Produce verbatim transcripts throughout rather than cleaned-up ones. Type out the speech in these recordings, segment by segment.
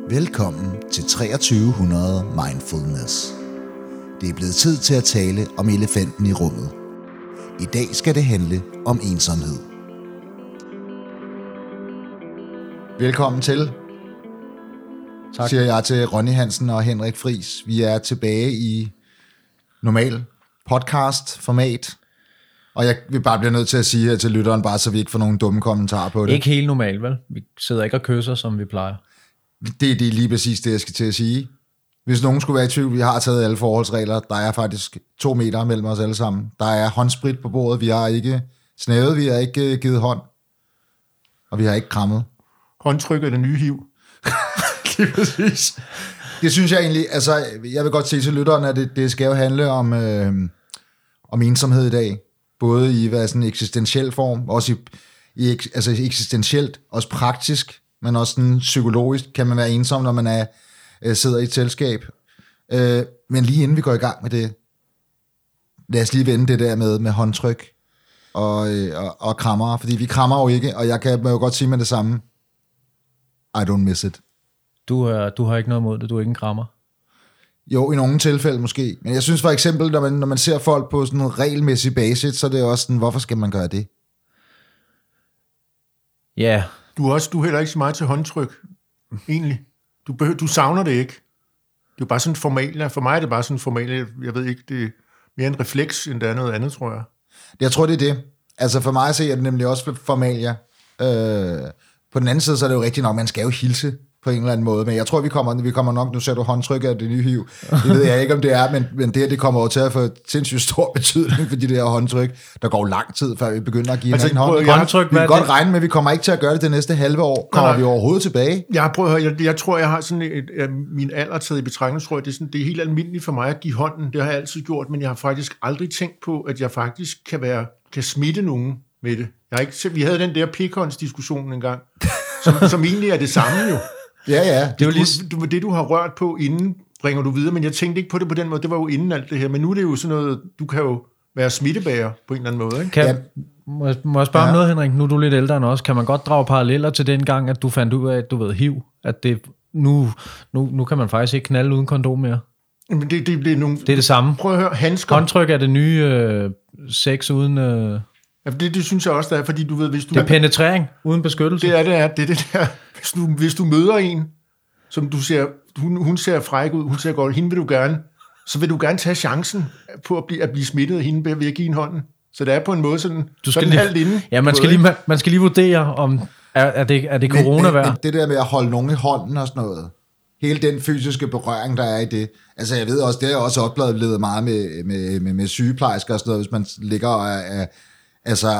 Velkommen til treogtyve hundrede Mindfulness. Det er blevet tid til at tale om elefanten i rummet. I dag skal det handle om ensomhed. Velkommen til, tak, siger jeg til Ronny Hansen og Henrik Friis. Vi er tilbage i normal podcast-format. Og jeg vil bare blive nødt til at sige her til lytteren, bare så vi ikke får nogen dumme kommentarer på det. Ikke helt normalt, vel? Vi sidder ikke og kysser, som vi plejer. Det, det er lige præcis det, jeg skal til at sige. Hvis nogen skulle være i tvivl, vi har taget alle forholdsregler. Der er faktisk to meter mellem os alle sammen. Der er håndsprit på bordet. Vi har ikke snævet, vi har ikke givet hånd. Og vi har ikke krammet. Håndtryk er det nye hiv. Lige præcis. Det synes jeg egentlig, altså jeg vil godt sige til lytteren, at det, det skal jo handle om, øh, om ensomhed i dag. Både i hvad, sådan eksistentiel form, også i, i altså eksistentielt, også praktisk, men også sådan psykologisk kan man være ensom, når man er, øh, sidder i et selskab. Øh, men lige inden vi går i gang med det, lad os lige vende det der med, med håndtryk og, øh, og, og krammer, fordi vi krammer jo ikke, og jeg kan jo godt sige med det samme, I don't miss it. Du, er, du har ikke noget mod det, du er ikke en krammer? Jo, i nogle tilfælde måske, men jeg synes for eksempel, når man, når man ser folk på sådan en regelmæssig basis, så er det også sådan, hvorfor skal man gøre det? Ja. Yeah. Du er også, du er heller ikke så meget til håndtryk, egentlig. Du, behøver, du savner det ikke. Det er bare sådan formal. For mig er det bare sådan formal. Jeg ved ikke, det er mere en refleks, end det er noget andet, tror jeg. Jeg tror, det er det. Altså for mig ser jeg det nemlig også formalia. Øh, på den anden side, så er det jo rigtigt nok, man skal jo hilse på en eller anden måde, men jeg tror, vi kommer, vi kommer nok, nu ser du håndtryk af det nye hiv, det ved jeg ikke, om det er, men, men det her, det kommer over til at få sindssygt stor betydning for de der håndtryk. Der går lang tid, før vi begynder at give altså, hinanden hånd. Håndtryk, vi kan godt regne med, at vi kommer ikke til at gøre det det næste halve år. Kommer nej, vi overhovedet tilbage? Jeg har prøvet at høre, jeg, jeg tror, jeg har sådan et, et, min alder taget i betragtning, tror jeg, det er, sådan, det er helt almindeligt for mig at give hånden, det har jeg altid gjort, men jeg har faktisk aldrig tænkt på, at jeg faktisk kan være, kan smitte nogen med det. Jeg har ikke, vi havde den der pikons-diskussion en gang, som, som egentlig er det samme jo. Ja, ja. Det er jo lige... du, det, du har rørt på inden, bringer du videre, men jeg tænkte ikke på det på den måde. Det var jo inden alt det her, men nu er det jo sådan noget, du kan jo være smittebærer på en eller anden måde, ikke? Kan, ja. må, jeg, må jeg spørge ja. om noget, Henrik? Nu er du lidt ældre end os. Kan man godt drage paralleller til den gang, at du fandt ud af, at du ved, hiv, at det, nu, nu, nu kan man faktisk ikke knalde uden kondom mere? Men det, det, det, er nogle... det er det samme. Prøv at høre, handsker. Håndtryk er det nye øh, sex uden... Øh... Ja, det, det synes jeg også, der er, fordi du ved, hvis du... Det er penetrering uden beskyttelse. Det er det, er, det, er det der. Hvis du, hvis du møder en, som du ser, hun, hun ser fræk ud, hun ser godt, hende vil du gerne, så vil du gerne tage chancen på at blive, at blive smittet af hende ved at give hende hånden. Så det er på en måde sådan, du skal sådan lige, halvt inde. Ja, man skal, lige, man, man skal lige vurdere, om er, er det, er det corona værd. Men, men det der med at holde nogen i hånden og sådan noget, hele den fysiske berøring, der er i det, altså jeg ved også, det har jeg også oplevet meget med, med, med, med sygeplejersker og sådan noget, hvis man ligger og er, er altså...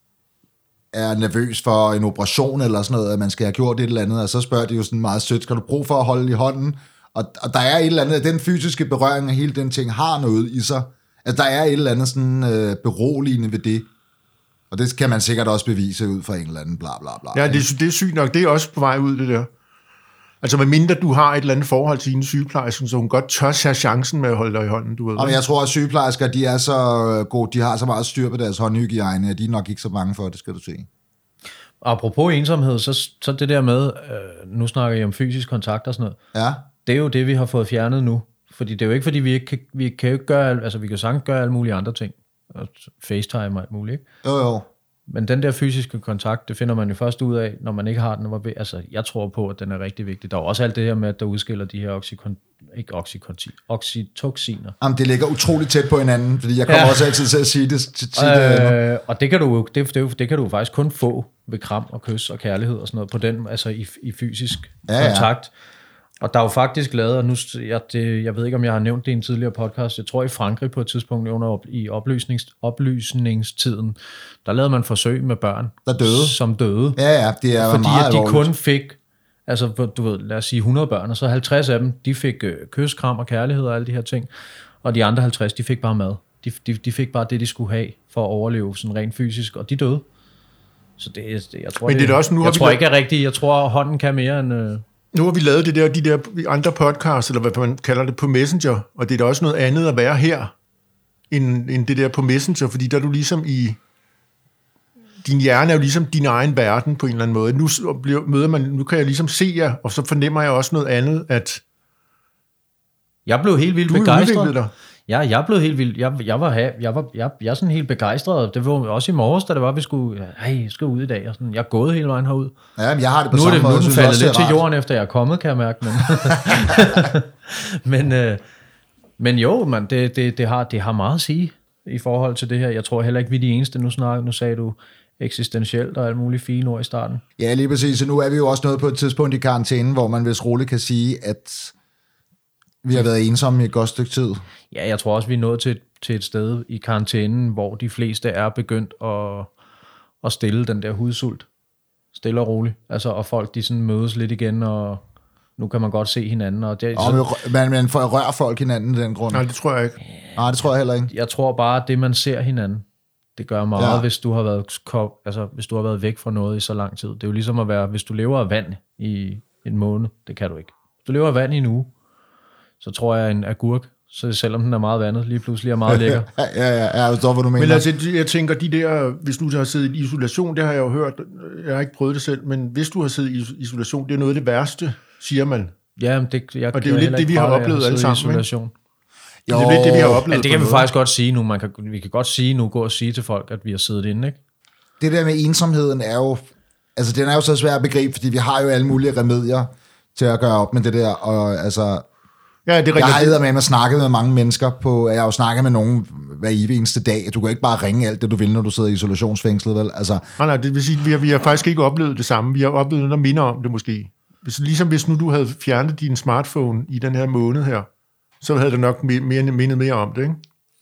er nervøs for en operation eller sådan noget, at man skal have gjort et eller andet, og så spørger de jo sådan meget sødt, skal du bruge for at holde i hånden? Og, og der er et eller andet, den fysiske berøring af hele den ting har noget i sig. Altså der er et eller andet sådan øh, beroligende ved det. Og det kan man sikkert også bevise ud fra en eller anden bla bla bla. Ja, det, det er sygt nok. Det er også på vej ud, det der. Altså medmindre du har et eller andet forhold til en sygeplejerske, så hun godt tør have chancen med at holde dig i hånden, du ved. Og jeg tror, at sygeplejersker, de er så gode, de har så meget styr på deres håndhygiejne, at de er nok ikke så bange for det, skal du se. Apropos ensomhed, så, så det der med, øh, nu snakker jeg om fysisk kontakt og sådan noget, ja. Det er jo det, vi har fået fjernet nu. Fordi det er jo ikke, fordi vi ikke kan, vi kan jo ikke gøre, altså vi kan sagtens gøre alle mulige andre ting. FaceTime og alt muligt, ikke? Jo, jo. Men den der fysiske kontakt, det finder man jo først ud af, når man ikke har den. Altså, jeg tror på, at den er rigtig vigtig. Der er også alt det her med, at der udskiller de her oxycon, ikke oxycontin, oxytoxiner. Jamen, det ligger utroligt tæt på hinanden, fordi jeg kommer ja. også altid til at sige det. Til, til øh, det og det kan du det, det, det kan du faktisk kun få ved kram og kys og kærlighed og sådan noget, på den, altså i, i fysisk ja, kontakt. Ja. Og der er jo faktisk lavet, og nu, jeg, det, jeg ved ikke, om jeg har nævnt det i en tidligere podcast, jeg tror i Frankrig på et tidspunkt under i oplysnings, oplysningstiden, der lavede man forsøg med børn, der døde. som døde. Ja, ja, det er fordi meget at de alvorligt. kun fik, altså du ved, lad os sige hundrede børn, og så halvtreds af dem, de fik øh, kys, kram og kærlighed og alle de her ting, og de andre halvtreds, de fik bare mad. De, de, de fik bare det, de skulle have for at overleve sådan rent fysisk, og de døde. Så det, det jeg tror, Men det er også, nu jeg tror ikke er rigtigt. Jeg tror, hånden kan mere end... Øh, Nu har vi lavet det der, de der andre podcasts, eller hvad man kalder det, på Messenger, og det er da også noget andet at være her, end, end det der på Messenger, fordi der er du ligesom i, din hjerne er jo ligesom din egen verden på en eller anden måde. Nu, bliver, møder man, nu kan jeg ligesom se jer, og så fornemmer jeg også noget andet, at jeg blev helt vildt begejstret. Ja, jeg blev helt vildt. Jeg, jeg var jeg var jeg, jeg er sådan helt begejstret. Det var også i morges, da det var vi skulle, hey, skal ud i dag og sådan. Jeg er gået hele vejen herud. Ja, men jeg har det på nu samme måde. Nu er det faldet lidt til jorden efter jeg er kommet, kan jeg mærke, men men, øh, men jo, man, det det det har det har meget at sige i forhold til det her. Jeg tror heller ikke vi er de eneste. Nu snakker, nu sagde du eksistentielt og alle mulige fine ord i starten. Ja, lige præcis. Så nu er vi jo også nået på et tidspunkt i karantænen, hvor man vist roligt kan sige, at vi har været ensomme i et godt stykke tid. Ja, jeg tror også, vi er nået til, til et sted i karantænen, hvor de fleste er begyndt at, at stille den der hudsult. Stille og roligt. Altså, og folk, de sådan mødes lidt igen, og nu kan man godt se hinanden. Og det, og så, man, man rører folk hinanden i den grund. Nej, det tror jeg ikke. Nej, det tror jeg heller ikke. Jeg tror bare, at det, man ser hinanden, det gør meget, ja. hvis, du har været, altså, hvis du har været væk fra noget i så lang tid. Det er jo ligesom at være, hvis du lever af vand i en måned, det kan du ikke. Hvis du lever af vand i en uge, så tror jeg, en agurk, så selvom den er meget vandet, lige pludselig er meget lækker. ja, ja, ja, jeg forstår, hvad du mener. Men altså, jeg tænker, de der, hvis du har siddet i isolation, det har jeg jo hørt, jeg har ikke prøvet det selv, men hvis du har siddet i isolation, det er noget af det værste, siger man. Ja, det, jeg, og det er jo lidt det, vi har oplevet alle sammen. Isolation. Jo, det er lidt det, vi har oplevet. Ja, det kan vi faktisk godt sige nu. Man kan, vi kan godt sige nu, gå og sige til folk, at vi har siddet inde, ikke? Det der med ensomheden er jo, altså den er jo så svær at begribe, fordi vi har jo alle mulige remedier til at gøre op med det der, og altså... Ja, det er jeg har eddermame snakket med mange mennesker på, jeg har jo snakket med nogen hver eneste dag. Du kan ikke bare ringe alt det, du vil, når du sidder i isolationsfængslet, vel? Altså, nej, nej, det vil sige, vi har, vi har faktisk ikke oplevet det samme. Vi har oplevet noget, der minder om det måske. Hvis, ligesom hvis nu du havde fjernet din smartphone i den her måned her, så havde det nok mere, mindet mere om det, ikke?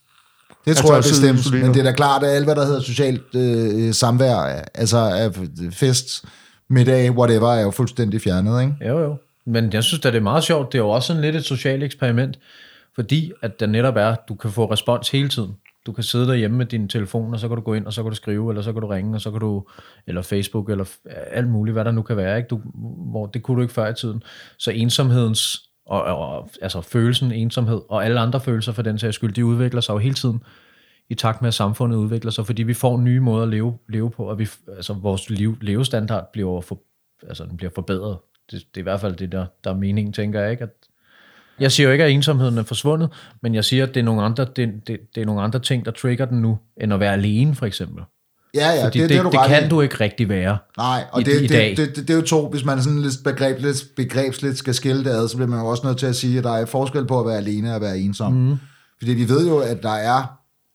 Det tror altså, jeg bestemt, men det er da klart, at alt, hvad der hedder socialt øh, samvær, altså fest, middag, whatever, er jo fuldstændig fjernet, ikke? Jo, jo. Men jeg synes, at det er meget sjovt. Det er jo også sådan lidt et socialt eksperiment, fordi at der netop er, du kan få respons hele tiden. Du kan sidde derhjemme med din telefon, og så kan du gå ind, og så kan du skrive, eller så kan du ringe, og så kan du, eller Facebook, eller alt muligt, hvad der nu kan være, ikke? Du, hvor det kunne du ikke før i tiden. Så ensomhedens, og, og, altså følelsen, ensomhed, og alle andre følelser for den sags skyld, de udvikler sig jo hele tiden, i takt med, at samfundet udvikler sig, fordi vi får nye måder at leve, leve på, og vi, altså vores liv, levestandard bliver, for, altså, den bliver forbedret. Det, det er i hvert fald det, der, der er meningen, tænker jeg ikke. At jeg siger jo ikke, at ensomheden er forsvundet, men jeg siger, at det er nogle andre, det, det, det er nogle andre ting, der trigger den nu, end at være alene, for eksempel. Ja, ja, fordi det, det, det, det, det kan du ikke rigtig være. Nej, og i, det, i det, dag. Det, det, det, det er jo to, hvis man sådan lidt begrebsligt, begrebsligt skal skille det ad, så bliver man jo også nødt til at sige, at der er forskel på at være alene og at være ensom. Mm. Fordi vi ved jo, at der er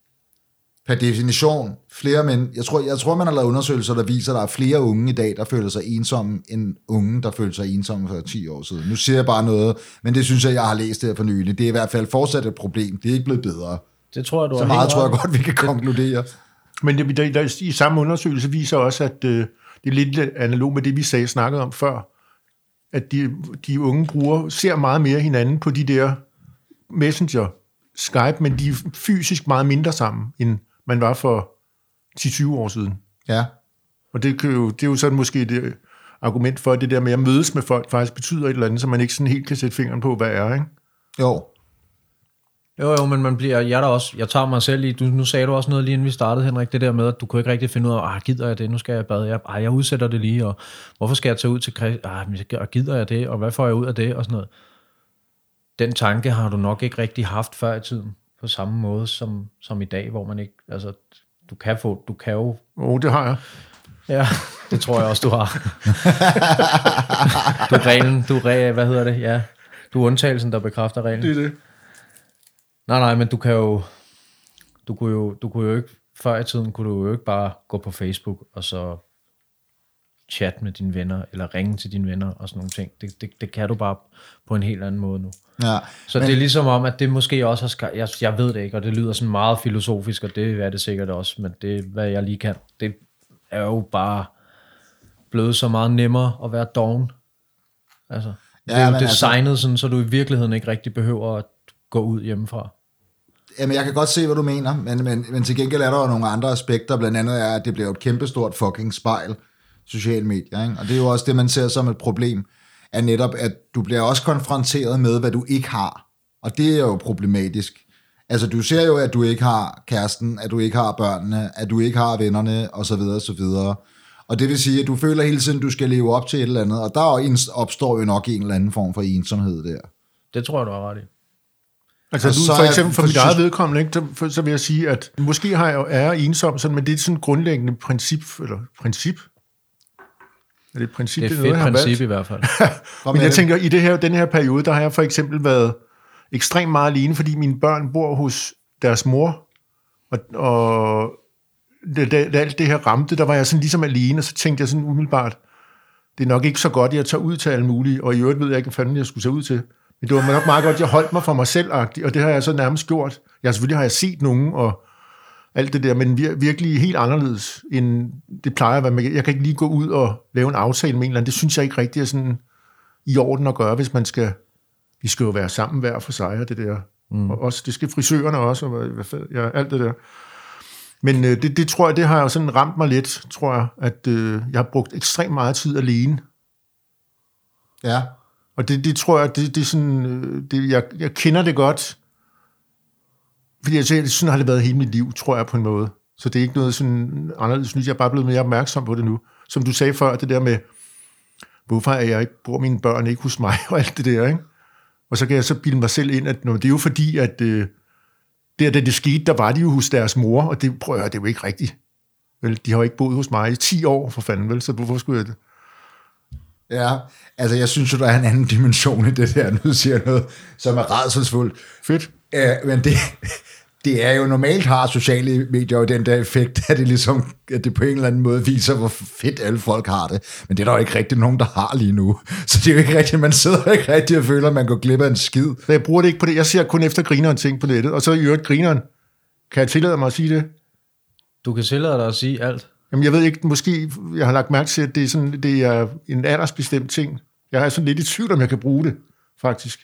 per definition flere mænd. Jeg tror, jeg tror, man har lavet undersøgelser, der viser, at der er flere unge i dag, der føler sig ensomme, end unge, der føler sig ensomme for ti år siden. Nu siger jeg bare noget, men det synes jeg, jeg har læst det for nylig. Det er i hvert fald fortsat et problem. Det er ikke blevet bedre. Det tror jeg, du Så meget tror jeg godt, vi kan konkludere. Men det, der, der, i samme undersøgelse viser også, at øh, det er lidt analog med det, vi sagde, snakkede om før, at de, de unge brugere ser meget mere hinanden på de der Messenger, Skype, men de er fysisk meget mindre sammen, end man var for ti til tyve år siden. Ja. Og det, kan jo, det er jo sådan måske et argument for, at det der med at mødes med folk faktisk betyder et eller andet, så man ikke sådan helt kan sætte fingeren på, hvad er, ikke? Jo. Jo, jo, men man bliver, jeg der også, jeg tager mig selv i, du, nu sagde du også noget lige inden vi startede, Henrik, det der med, at du kunne ikke rigtig finde ud af, ah, gider jeg det, nu skal jeg bade, jeg, ah, jeg udsætter det lige, og hvorfor skal jeg tage ud til Krist, ah, gider jeg det, og hvad får jeg ud af det, og sådan noget. Den tanke har du nok ikke rigtig haft før i tiden, på samme måde som, som i dag, hvor man ikke, altså, du kan få, du kan jo... Åh, oh, det har jeg. Ja, det tror jeg også, du har. Du er reglen, du er, hvad hedder det, ja, du er undtagelsen, der bekræfter reglen. Det er det. Nej, nej, men du kan jo, du kunne jo, du kunne jo ikke, før i tiden kunne du jo ikke bare gå på Facebook, og så chat med dine venner, eller ringe til dine venner, og sådan nogle ting. Det, det, det kan du bare på en helt anden måde nu. Ja, så men... det er ligesom om, at det måske også har skabt, jeg, jeg ved det ikke, og det lyder sådan meget filosofisk, og det er det sikkert også, men det, hvad jeg lige kan, det er jo bare blevet så meget nemmere at være doven. Altså, ja, det er jo designet altså... sådan, så du i virkeligheden ikke rigtig behøver at gå ud hjemmefra. Jamen, jeg kan godt se, hvad du mener, men, men, men til gengæld er der jo nogle andre aspekter, blandt andet er, at det bliver et kæmpestort fucking spejl, sociale medier, ikke? Og det er jo også det, man ser som et problem, er netop, at du bliver også konfronteret med, hvad du ikke har, og det er jo problematisk, Altså, du ser jo, at du ikke har kæresten, at du ikke har børnene, at du ikke har vennerne, og så videre, og så videre. Og det vil sige, at du føler hele tiden, at du skal leve op til et eller andet, og der opstår jo nok en eller anden form for ensomhed der. Det tror jeg, du har ret i. Altså, du, for eksempel for mit eget vedkommende, ikke, så, så vil jeg sige, at måske har jeg jo er ensom, sådan, men det er sådan et grundlæggende princip, eller princip? Er det et princip? Det er et fedt princip i hvert fald. Men jeg tænker, i det her, den her periode, der har jeg for eksempel været ekstremt meget alene, fordi mine børn bor hos deres mor, og, og da, da alt det her ramte, der var jeg sådan ligesom alene, og så tænkte jeg sådan umiddelbart, det er nok ikke så godt, at jeg tager ud til alle mulige, og i øvrigt ved jeg ikke, hvad fanden jeg skulle tage ud til. Men det var nok meget godt, at jeg holdt mig for mig selv-agtigt, og det har jeg så nærmest gjort. Jeg selvfølgelig har jeg set nogen, og alt det der, men vir- virkelig helt anderledes, end det plejer at være. Jeg kan ikke lige gå ud og lave en aftale med en eller anden. Det synes jeg ikke rigtig er sådan i orden at gøre, hvis man skal, vi skal jo være sammen hver for sig, og det der. Mm. Og også, det skal frisørerne også, og ja, alt det der. Men øh, det, det tror jeg, det har jo sådan ramt mig lidt, tror jeg, at øh, jeg har brugt ekstremt meget tid alene. Ja. Og det, det tror jeg, det, det er sådan, det, jeg, jeg kender det godt, fordi jeg synes, sådan har det været hele mit liv, tror jeg på en måde. Så det er ikke noget sådan anderledes, synes jeg er bare blevet mere opmærksom på det nu. Som du sagde før, det der med, hvorfor er jeg ikke, bor mine børn ikke hos mig, og alt det der, ikke? Og så kan jeg så bilde mig selv ind, at det er jo fordi, at øh, der, da det skete, der var de jo hos deres mor, og det prøver jeg, det er jo ikke rigtigt. Vel, de har jo ikke boet hos mig i ti år, for fanden, vel? Så hvorfor skulle jeg det? Ja, altså jeg synes jo, der er en anden dimension i det der, nu siger jeg noget, som er rædselsfuldt. Fedt. Ja, men det, det er jo normalt har sociale medier jo den der effekt, at det ligesom, at det på en eller anden måde viser, hvor fedt alle folk har det. Men det er der jo ikke rigtig nogen, der har lige nu. Så det er jo ikke rigtigt, man sidder ikke rigtig og føler, at man går glip af en skid. Så jeg bruger det ikke på det. Jeg ser kun efter grineren ting på nettet, og så i øvrigt grineren. Kan jeg tillade mig at sige det? Du kan tillade dig at sige alt. Jamen, jeg ved ikke, måske, jeg har lagt mærke til, at det er, sådan, det er en aldersbestemt ting. Jeg er sådan lidt i tvivl, om jeg kan bruge det, faktisk.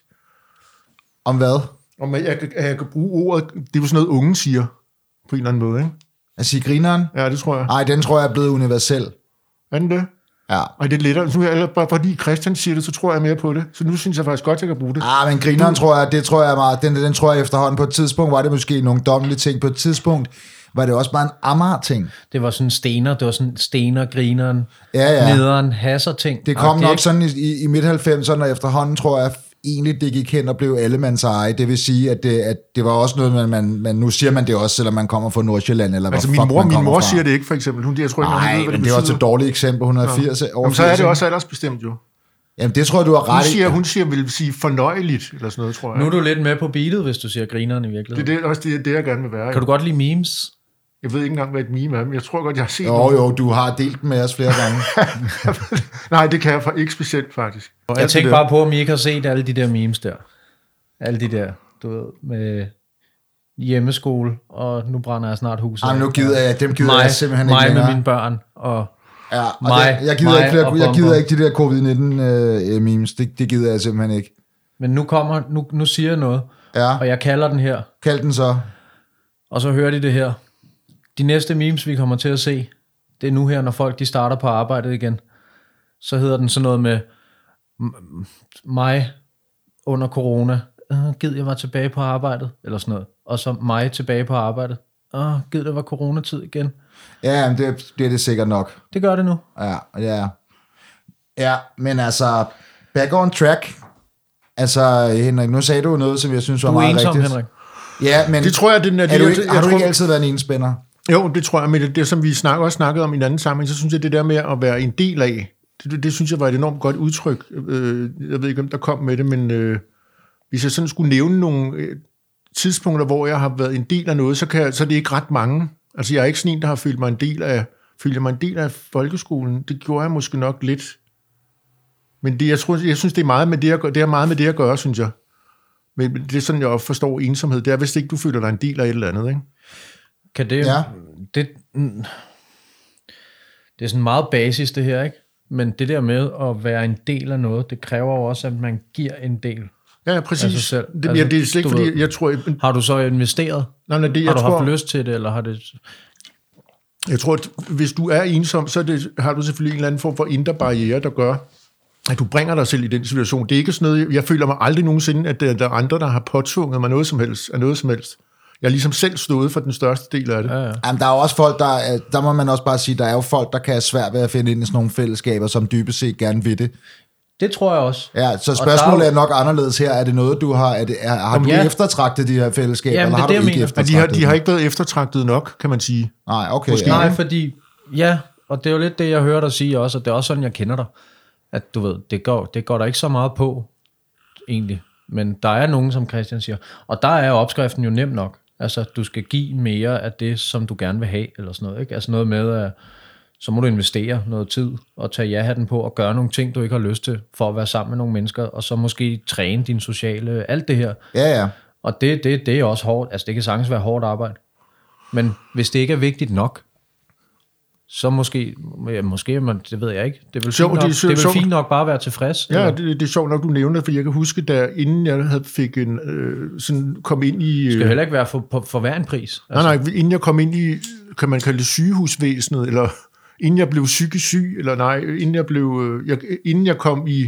Om hvad? Om jeg, jeg, jeg kan bruge ordet, det er jo sådan noget, unge siger, på en eller anden måde, ikke? At sige grineren? Ja, det tror jeg. Nej, den tror jeg er blevet universel. Er den det? Ja. Og det er lettere. Nu er jeg, bare fordi Christian siger det, så tror jeg mere på det. Så nu synes jeg faktisk godt, at jeg kan bruge det. Ah, men grineren, du... tror jeg, det tror jeg meget, den, den tror jeg efterhånden på et tidspunkt, var det måske nogle dommelige ting. På et tidspunkt var det også bare en Amager-ting. Det var sådan stener, det var sådan stener, grineren, ja, ja. nederen, hasser-ting. Det kom nok sådan i, i, i midt halvfemserne, og efterhånden tror jeg egentlig, det gik hen og blev allemands eje. Det vil sige, at det, at det var også noget, man, man, man, nu siger man det også, selvom man kommer fra Nordsjælland, eller altså hvad min mor, fuck min mor fra. siger det ikke, for eksempel. Hun, jeg tror ikke, Nej, hun ved, men det var et dårligt eksempel. Hun er ja. firs over Jamen, så er det også aldersbestemt jo. Jamen, det tror jeg, du har ret hun siger, i. Hun siger, vil sige fornøjeligt, eller sådan noget, tror jeg. Nu er du lidt med på beatet, hvis du siger grineren i virkeligheden. Det er det, også det, det, jeg gerne vil være. Kan du godt lide memes? Jeg ved ikke engang, hvad et meme er, men jeg tror godt, jeg har set Jo, noget. jo, du har delt dem med os flere gange. Nej, det kan jeg for ikke specielt, faktisk. Og jeg tænker bare på, om I ikke har set alle de der memes der. Alle de der, du ved, med hjemmeskole, og nu brænder jeg snart huset. Ej, nu gider jeg, dem gider mig, jeg simpelthen ikke mig længere. med mine børn, og ja, og mig, det, jeg gider, mig ikke, flere, og jeg gider bomber. ikke de der covid nitten øh, memes, det, det gider jeg simpelthen ikke. Men nu kommer, nu, nu siger jeg noget, ja. og jeg kalder den her. Kald den så. Og så hører de det her. De næste memes, vi kommer til at se, det er nu her, når folk de starter på arbejdet igen. Så hedder den sådan noget med mig under corona. Øh, gid jeg var tilbage på arbejdet, eller sådan noget. Og så mig tilbage på arbejdet. Åh, gid det var coronatid igen. Ja, men det, det er det sikkert nok. Det gør det nu. Ja, ja. Ja, men altså, back on track. Altså, Henrik, nu sagde du noget, som jeg synes var meget rigtigt. Du er ensom, Henrik. Ja, men det tror jeg, det, er, er du ikke, jeg, har jeg du tror, ikke altid været en enspænder? Jo, det tror jeg, men det, det som vi snakker, også snakkede om i en anden sammenhæng, så synes jeg, det der med at være en del af, det, det, det synes jeg var et enormt godt udtryk. Øh, jeg ved ikke, hvem der kom med det, men øh, hvis jeg sådan skulle nævne nogle øh, tidspunkter, hvor jeg har været en del af noget, så, kan jeg, så er det ikke ret mange. Altså, jeg er ikke sådan en, der har følt mig en del af, følt mig en del af folkeskolen. Det gjorde jeg måske nok lidt. Men det, jeg, tror, jeg synes, det er meget med det, at, det er meget med det at gøre, synes jeg. Men det er sådan, jeg forstår ensomhed. Det er, hvis ikke du føler dig en del af et eller andet, ikke? Kan det, ja. det, det er sådan meget basis det her, ikke? Men det der med at være en del af noget, det kræver jo også, at man giver en del. Ja, præcis. Af sig selv. Det, altså, ja, det er slet ikke, fordi ved, jeg tror... Jeg, har du så investeret? Nej, nej, det, jeg har du tror, haft lyst til det, eller har det... Jeg tror, at hvis du er ensom, så det, har du selvfølgelig en eller anden form for indre barriere, der gør, at du bringer dig selv i den situation. Det er ikke sådan noget... Jeg føler mig aldrig nogensinde, at der er andre, der har påtvunget mig noget som helst, af noget som helst. jeg har ligesom selv stået for den største del af det. Ja, ja. Jamen, der er jo også folk, der, er, der må man også bare sige, der er jo folk, der kan have svært ved at finde ind i sådan nogle fællesskaber, som dybest set gerne vil det. Det tror jeg også. Ja, så spørgsmålet er nok anderledes her. Er det noget, du har, er det, er, har du ja. eftertragtet de her fællesskaber, Jamen, eller har det du det, ikke eftertragtet de har, de har ikke været eftertragtet nok, kan man sige. Nej, okay. Måske, ja. Nej, fordi, ja, og det er jo lidt det, jeg hører dig sige også, og det er også sådan, jeg kender dig, at du ved, det går, det går der ikke så meget på, egentlig. Men der er nogen, som Christian siger, og der er opskriften jo nem nok. Altså, du skal give mere af det, som du gerne vil have, eller sådan noget, ikke? Altså noget med, at så må du investere noget tid, og tage ja-hatten på, og gøre nogle ting, du ikke har lyst til, for at være sammen med nogle mennesker, og så måske træne din sociale, alt det her. Ja, ja. Og det, det, det er også hårdt, altså det kan sagtens være hårdt arbejde. Men hvis det ikke er vigtigt nok, så måske, ja, måske man, det ved jeg ikke, det vil fint nok, det, det vil fint nok bare være tilfreds. Ja, det, det er sjovt nok, du nævner, for jeg kan huske, da inden jeg havde fik en, øh, sådan kom ind i... Det skal heller ikke være for, for, for hver en pris. Altså. Nej, nej, inden jeg kom ind i, kan man kalde det sygehusvæsenet, eller inden jeg blev psykisk syg, eller nej, inden jeg blev, jeg, inden jeg kom i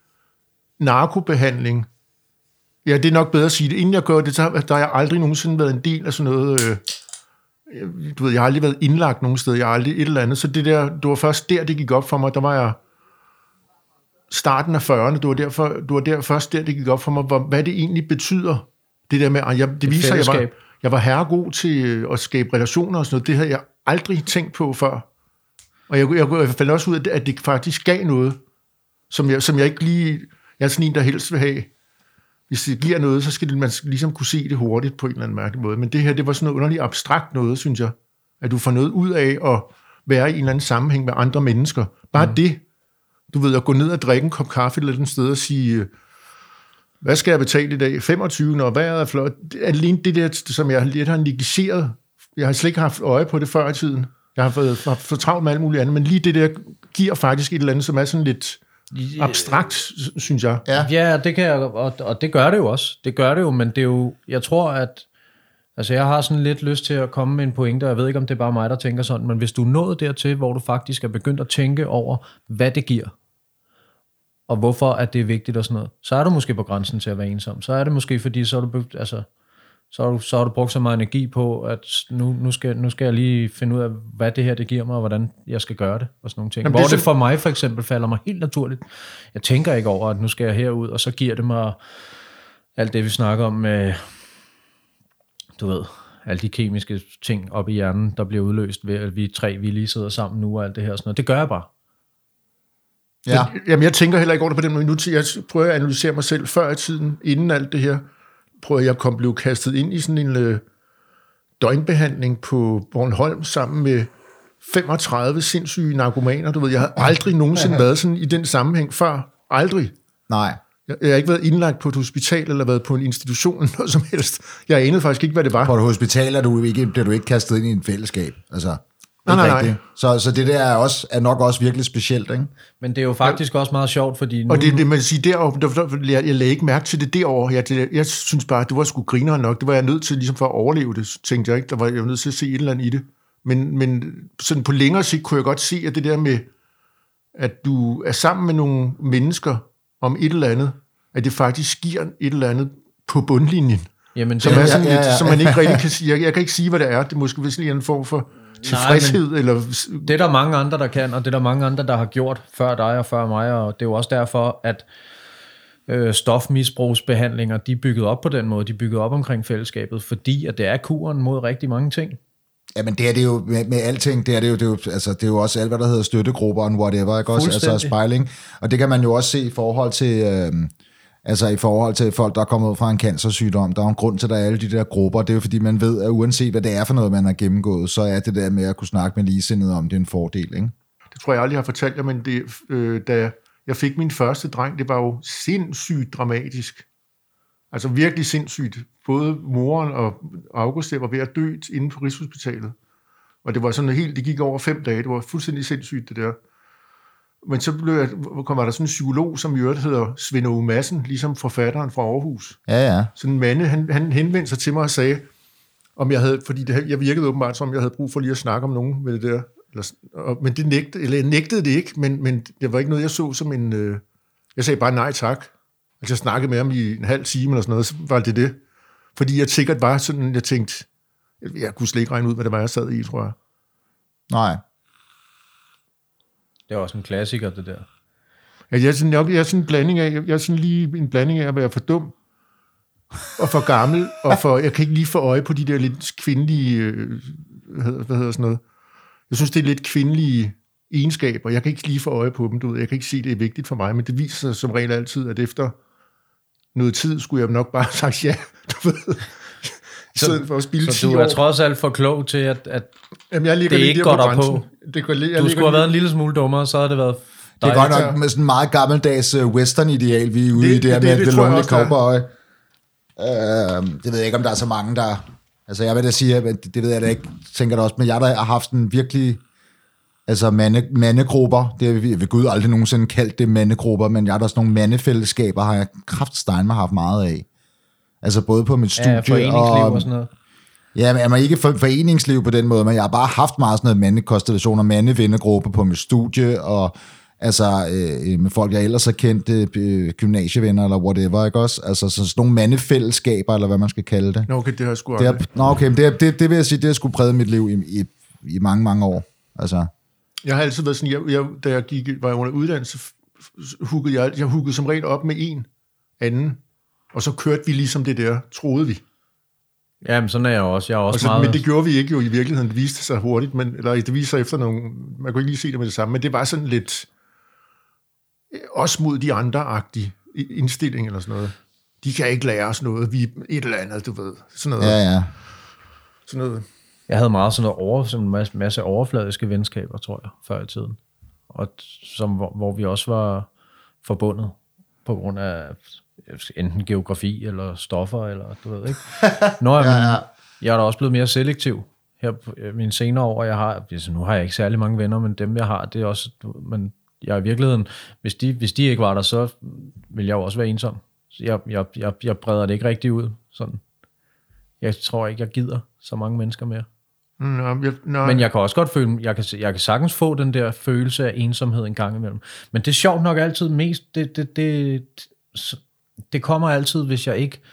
narkobehandling, ja, det er nok bedre at sige det, inden jeg gør det, så der har jeg aldrig nogensinde været en del af sådan noget... Øh, du ved, jeg har aldrig været indlagt nogen sted, jeg har aldrig et eller andet, så det der, det var først der, det gik op for mig, der var jeg starten af fyrrerne, det var, derfor, det var der først der, det gik op for mig, hvor, hvad det egentlig betyder, det der med, at jeg, det viser, at jeg var, jeg var herregod til at skabe relationer og sådan noget, det havde jeg aldrig tænkt på før, og jeg, jeg, jeg fandt også ud af, at det faktisk gav noget, som jeg, som jeg ikke lige, jeg er sådan en, der helst vil have. Hvis det giver noget, så skal man ligesom kunne se det hurtigt på en eller anden mærkelig måde. Men det her, det var sådan noget underligt abstrakt noget, synes jeg. At du får noget ud af at være i en eller anden sammenhæng med andre mennesker. Bare mm. det. Du ved, at gå ned og drikke en kop kaffe et eller andet sted og sige, hvad skal jeg betale i dag? femogtyve, når vejret er flot. Alene det der, som jeg lidt har negligeret. Jeg har slet ikke haft øje på det før i tiden. Jeg har fået for, for travlt med alt muligt andet. Men lige det der giver faktisk et eller andet, som er sådan lidt... abstrakt, synes jeg. Ja, ja det kan jeg, og, og det gør det jo også. Det gør det jo, men det er jo, jeg tror, at altså jeg har sådan lidt lyst til at komme med en pointe, og jeg ved ikke, om det er bare mig, der tænker sådan, men hvis du er nået dertil, hvor du faktisk er begyndt at tænke over, hvad det giver, og hvorfor at det er vigtigt og sådan noget, så er du måske på grænsen til at være ensom. Så er det måske, fordi så er du, altså, så har du, så har du brugt så meget energi på, at nu, nu, skal, nu skal jeg lige finde ud af, hvad det her det giver mig, og hvordan jeg skal gøre det, og sådan nogle ting. Jamen, hvor det, det for mig for eksempel falder mig helt naturligt. Jeg tænker ikke over, at nu skal jeg herud, og så giver det mig alt det, vi snakker om med, du ved, alle de kemiske ting op i hjernen, der bliver udløst ved, at vi tre, vi lige sidder sammen nu, og alt det her og sådan noget. Det gør jeg bare. Ja. Men, jamen, jeg tænker heller ikke over det på den måde. Nu jeg prøver at analysere mig selv før i tiden, inden alt det her. Prøver jeg at komme blive kastet ind i sådan en øh, døgnbehandling på Bornholm sammen med femogtredive sindssyge narkomaner. Du ved, jeg har aldrig nogensinde været sådan i den sammenhæng før. Aldrig. Nej. Jeg, jeg har ikke været indlagt på et hospital eller været på en institution eller noget som helst. Jeg anede faktisk ikke, hvad det var. På et hospital er du ikke, bliver du ikke kastet ind i et fællesskab. Altså, nej, nej, nej. Så, så det der er, også, er nok også virkelig specielt, ikke? Men det er jo faktisk ja. også meget sjovt, fordi... Nu... Og det, det man siger derovre, jeg, jeg lagde ikke mærke til det derovre. Jeg, det, jeg synes bare, at det var sgu grinere nok. Det var jeg nødt til, ligesom for at overleve det, tænkte jeg ikke. Der var jeg nødt til at se et eller andet i det. Men, men sådan på længere sigt kunne jeg godt se, at det der med, at du er sammen med nogle mennesker om et eller andet, at det faktisk giver et eller andet på bundlinjen. Jamen, som, er sådan ja, ja, ja. Lidt, som man ikke rigtig kan sige. Jeg, jeg kan ikke sige, hvad det er. Det er måske vist en form for tilfredshed. Nej, eller... Det er der mange andre, der kan, og det er der mange andre, der har gjort før dig og før mig, og det er jo også derfor, at øh, stofmisbrugsbehandlinger, de er bygget op på den måde, de er bygget op omkring fællesskabet, fordi at det er kuren mod rigtig mange ting. Jamen det er det jo med, med alting, det er det jo, det er jo, altså det er jo også alt, hvad der hedder støttegrupper og whatever, ikke også? Altså spejling, og det kan man jo også se i forhold til... Øh, Altså i forhold til folk, der er kommet ud fra en cancersygdom, der er en grund til, at der er alle de der grupper. Det er jo fordi, man ved, at uanset hvad det er for noget, man har gennemgået, så er det der med at kunne snakke med ligesindede om, det er en fordel, ikke? Det tror jeg aldrig har fortalt jer, men det, øh, da jeg fik min første dreng, det var jo sindssygt dramatisk. Altså virkelig sindssygt. Både moren og August var ved at dø inde på Rigshospitalet. Og det var sådan helt, det gik over fem dage. Det var fuldstændig sindssygt, det der. Men så blev jeg, kom der sådan en psykolog, som i øvrigt hedder Svend Aage Madsen, ligesom forfatteren fra Aarhus. Ja, ja. Sådan en mand, han, han henvendte sig til mig og sagde, om jeg havde, fordi det, jeg virkede åbenbart, som jeg havde brug for lige at snakke om nogen med det der. Eller, og, men det nægtede, eller jeg nægtede det ikke, men, men det var ikke noget, jeg så som en... Øh, jeg sagde bare nej tak. Altså jeg snakkede med ham i en halv time eller sådan noget, så var det det. Fordi jeg sikkert var sådan, jeg tænkte, jeg kunne slet ikke regne ud, hvad det var, jeg sad i, tror jeg. Nej. Det er også en klassiker, det der. Ja, jeg, er sådan, jeg, jeg er sådan en blanding af, jeg er sådan lige en blanding af at være for dum, og for gammel, og for, jeg kan ikke lige få øje på de der lidt kvindelige, øh, hvad, hedder, hvad hedder sådan noget. Jeg synes, det er lidt kvindelige egenskaber. Jeg kan ikke lige få øje på dem, du ved. Jeg kan ikke sige, det er vigtigt for mig, men det viser sig som regel altid, at efter noget tid skulle jeg nok bare have sagt ja, du ved. Så, for at spille så du er år. Trods alt for klog til, at, at Jamen, jeg det ikke går der på. Det går, du skulle have været en lille smule dummere, så havde det været det er godt nok med sådan en meget gammeldags western-ideal, vi er ude det, i det her med det, det lonely cowboy. Uh, det ved jeg ikke, om der er så mange, der... Altså, jeg vil da sige, det, det ved jeg da ikke, tænker da også, men jeg der har haft en virkelig... Altså, mande, mandegrupper, det har vi ved Gud aldrig nogensinde kaldt det mandegrupper, men jeg har der sådan nogle mandefællesskaber, har jeg kraftstein med haft meget af. Altså, både på mit studie ja, foreningsliv og, og sådan noget. Ja, men jeg er ikke for, foreningsliv på den måde, men jeg har bare haft meget sådan noget mandekonstellationer, mandevennegrupper på mit studie, og altså øh, med folk, jeg ellers har kendt, øh, gymnasievenner eller whatever, ikke også? Altså så sådan nogle mandefællesskaber, eller hvad man skal kalde det. Nå, okay, det har jeg sgu aldrig. Det er, nå, okay, men det, det, det vil jeg sige, det har sgu præget mit liv i, i, i mange, mange år. Altså. Jeg har altid været sådan, jeg, jeg, da jeg gik, var jeg under uddannelse, huggede jeg, jeg huggede som regel op med en anden, og så kørte vi ligesom det der, troede vi. Jamen, sådan er jeg også. Jeg er også så, meget... Men det gjorde vi ikke jo i virkeligheden. Det viste sig hurtigt, men, eller det viste sig efter nogle... Man kunne ikke lige se det med det samme, men det var sådan lidt... Også mod de andre-agtige indstilling eller sådan noget. De kan ikke lære os noget. Vi er et eller andet, du ved. Sådan noget. Ja, ja. Sådan noget. Jeg havde meget sådan noget over, sådan en masse, masse overfladiske venskaber, tror jeg, før i tiden. Og som, hvor, hvor vi også var forbundet på grund af enten geografi eller stoffer, eller du ved ikke. Nå, ja, ja. Jeg er da også blevet mere selektiv her på mine senere år. Jeg har, altså, nu har jeg ikke særlig mange venner, men dem jeg har, det er også, men jeg i virkeligheden, hvis de, hvis de ikke var der, så vil jeg jo også være ensom. Jeg, jeg, jeg, jeg breder det ikke rigtig ud. Sådan. Jeg tror ikke, jeg gider så mange mennesker mere. Nå, jeg, nå. Men jeg kan også godt føle, jeg kan, jeg kan sagtens få den der følelse af ensomhed en gang imellem. Men det er sjovt nok altid mest, det, det, det, det kommer altid, hvis jeg ikke,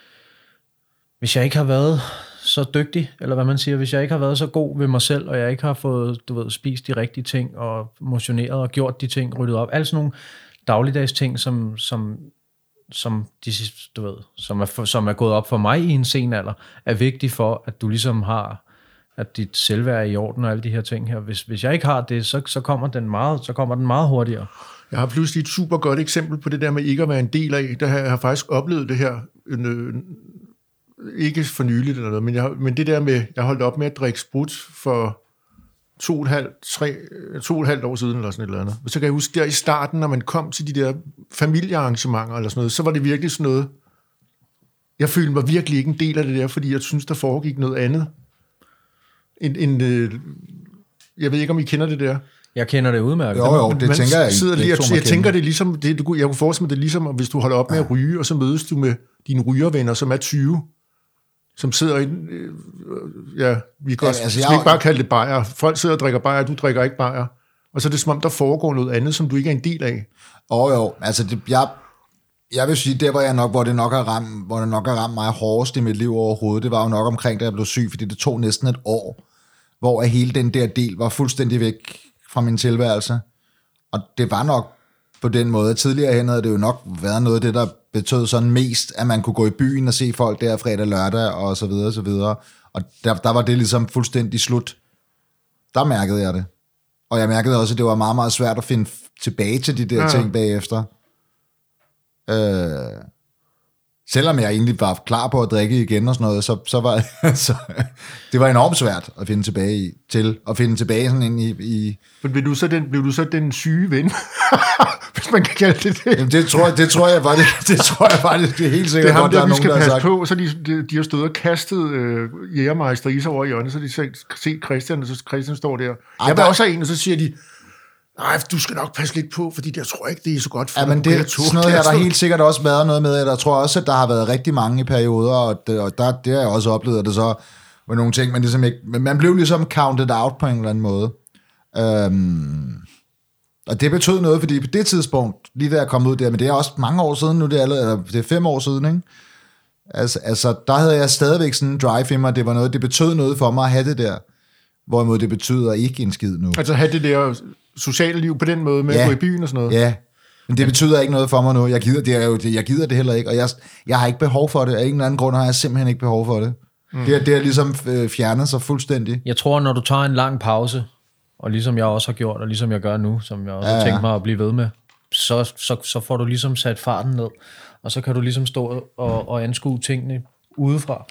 hvis jeg ikke har været så dygtig, eller hvad man siger, hvis jeg ikke har været så god ved mig selv, og jeg ikke har fået, du ved, spist de rigtige ting, og motioneret og gjort de ting, ryddet op, alle sådan nogle dagligdags ting, som, som, som, de, du ved, som, er, for, som er gået op for mig i en sen alder, er vigtige for, at du ligesom har, at dit selvværd er i orden og alle de her ting her. Hvis, hvis jeg ikke har det, så, så, kommer den meget, så kommer den meget hurtigere. Jeg har pludselig et super godt eksempel på det der med ikke at være en del af. Der har jeg faktisk oplevet det her, øh, ikke for nyligt eller noget, men, jeg, men det der med, jeg holdt op med at drikke sprut for to og et halvt, tre, to og et halvt år siden eller sådan et eller andet. Så kan jeg huske, der i starten, når man kom til de der familiearrangementer eller sådan noget, så var det virkelig sådan noget, jeg følte mig virkelig ikke en del af det der, fordi jeg synes, der foregik noget andet. En, en, øh, jeg ved ikke, om I kender det der. Jeg kender det udmærket. Jo, jo, det man tænker jeg. Sidder lige, jeg, jeg tænker det er ligesom, det, jeg kunne forestille mig det er ligesom, hvis du holder op med at ryge, og så mødes du med dine rygervenner, som er tyve, som sidder i, øh, ja, vi kan, ja, også, altså, jeg, ikke bare kalde det bajer. Folk sidder og drikker bajer, du drikker ikke bajer. Og så er det som om, der foregår noget andet, som du ikke er en del af. Åh oh, jo, altså det, jeg, jeg vil sige, der hvor, jeg nok, hvor, det nok har ramt, hvor det nok har ramt mig hårdest i mit liv overhovedet, det var jo nok omkring, da jeg blev syg, fordi det tog næsten et år, hvor hele den der del var fuldstændig væk fra min tilværelse. Og det var nok på den måde. Tidligere hen havde det jo nok været noget af det, der betød sådan mest, at man kunne gå i byen og se folk der fredag, lørdag og så videre og så videre. Og der, der var det ligesom fuldstændig slut. Der mærkede jeg det. Og jeg mærkede også, at det var meget, meget svært at finde tilbage til de der ja. ting bagefter. Øh, selvom jeg egentlig var klar på at drikke igen og sådan noget, så, så var så, det var enormt svært at finde tilbage i, til at finde tilbage sådan ind i... i Men blev du så den, blev du så den syge ven? Hvis man kan kalde det det. Jamen det tror jeg, det tror jeg var det, det tror jeg faktisk, det er helt sikkert. Det er ham, godt, der, der vi er skal nogen, passe sagt. på, så de, de, de har stået og kastet øh, Jægermeister i sig over i hjørnet, så de set Christian, og så Christian står der. Ej, jeg var der... også en, og så siger de, nej, du skal nok passe lidt på, fordi jeg tror ikke, det er så godt for ja, men det, sådan noget her, der helt sikkert også været noget med, at jeg tror også, at der har været rigtig mange i perioder, og, det, og der, det har jeg også oplevet, at det så var nogle ting, man ligesom ikke, men man blev ligesom counted out på en eller anden måde. Øhm, og det betød noget, fordi på det tidspunkt, lige da jeg kom ud der, men det er også mange år siden nu, det er, eller det er fem år siden, ikke? Altså, altså, der havde jeg stadigvæk sådan en drive i mig, det var noget, det betød noget for mig at have det der, hvorimod det betyder ikke en skid nu. Altså have det der sociale liv på den måde, med ja. at gå i byen og sådan noget? Ja, men det betyder ikke noget for mig nu. Jeg gider det, er jo, jeg gider det heller ikke, og jeg, jeg har ikke behov for det. Af en eller anden grund har jeg simpelthen ikke behov for det. Mm. Det, det er ligesom øh, fjernet sig fuldstændig. Jeg tror, når du tager en lang pause, og ligesom jeg også har gjort, og ligesom jeg gør nu, som jeg også ja, har tænkt mig at blive ved med, så, så, så får du ligesom sat farten ned, og så kan du ligesom stå og, og anskue tingene udefra,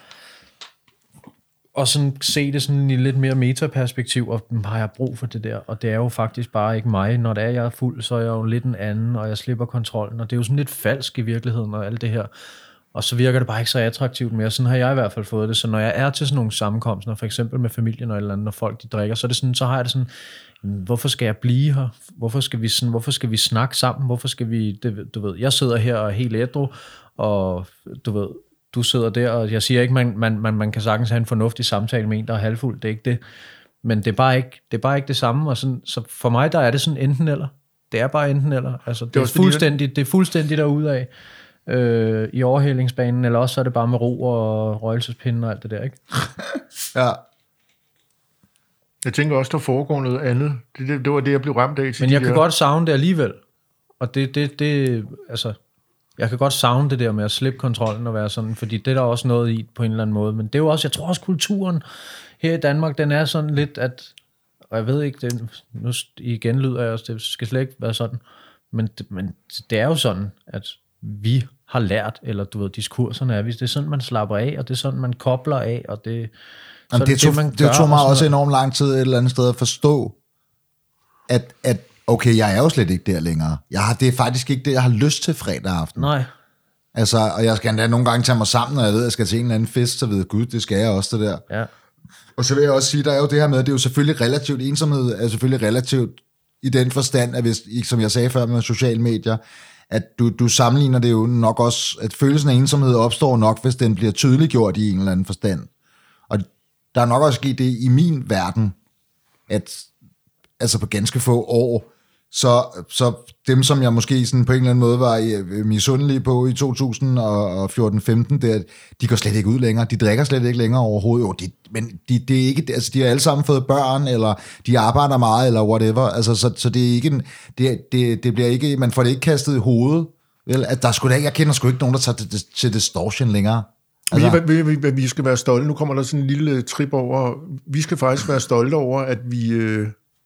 og sådan se det sådan i lidt mere metaperspektiv, og har jeg brug for det der, og det er jo faktisk bare ikke mig. Når det er, jeg er fuld, så er jeg jo lidt en anden, og jeg slipper kontrollen, og det er jo sådan lidt falsk i virkeligheden, og alt det her. Og så virker det bare ikke så attraktivt mere. Sådan har jeg i hvert fald fået det. Så når jeg er til sådan nogle sammenkomster, for eksempel med familien og et eller andet, når folk de drikker, så er det sådan, så har jeg det sådan, hvorfor skal jeg blive her? Hvorfor skal vi sådan, hvorfor skal vi snakke sammen? Hvorfor skal vi, det, du ved, jeg sidder her og er helt ædru, og du ved, du sidder der, og jeg siger ikke, man, man, man, man kan sagtens have en fornuftig samtale med en, der er halvfuld. Det er ikke det. Men det er bare ikke det, er bare ikke det samme. Og sådan, så for mig, der er det sådan enten eller. Det er bare enten eller. Altså, det, det, er fuldstændig, det er fuldstændig derudad. Øh, i overhældingsbanen, eller også så er det bare med ro og røgelsespinde og alt det der, ikke? Ja. Jeg tænker også, der foregår noget andet. Det, det, det var det, jeg blev ramt af. Til Men jeg de kan der... godt savne det alligevel. Og det, det, det, altså, jeg kan godt savne det der med at slippe kontrollen og være sådan, fordi det er der også noget i på en eller anden måde. Men det er jo også, jeg tror også, kulturen her i Danmark, den er sådan lidt, at, og jeg ved ikke, det, nu igen lyder jeg også, det skal slet ikke være sådan, men det, men det er jo sådan, at vi har lært, eller du ved, diskurserne er, det er sådan, man slapper af, og det er sådan, man kobler af, og det, Jamen, det, tog, det, man det tog mig også enormt lang tid et eller andet sted at forstå, at, at okay, jeg er jo slet ikke der længere. Jeg har, det er faktisk ikke det, jeg har lyst til fredag aften. Nej. Altså, og jeg skal endda nogle gange tage mig sammen, når jeg ved, at jeg skal til en eller anden fest, så ved jeg, gud, det skal jeg også, det der. Ja. Og så vil jeg også sige, der er jo det her med, det er jo selvfølgelig relativt, ensomhed er selvfølgelig relativt i den forstand, at hvis, som jeg sagde før med sociale medier, at du, du sammenligner det jo nok også, at følelsen af ensomhed opstår nok, hvis den bliver tydeliggjort i en eller anden forstand. Og der er nok også sket det i min verden, at altså på ganske få år, så, så dem, som jeg måske sådan på en eller anden måde var misundelige på i to tusind og fjorten femten, der, de går slet ikke ud længere, de drikker slet ikke længere overhovedet, jo, de, men de, det er ikke, altså de har alle sammen fået børn, eller de arbejder meget, eller whatever, altså så, så det er ikke en, det, det, det bliver ikke, man får det ikke kastet i hovedet, vel, at der skulle da ikke, jeg kender sgu ikke nogen, der tager til, til distortion længere. Altså. Vi, vi, vi, vi skal være stolte, nu kommer der sådan en lille trip over, vi skal faktisk være stolte over, at vi, øh,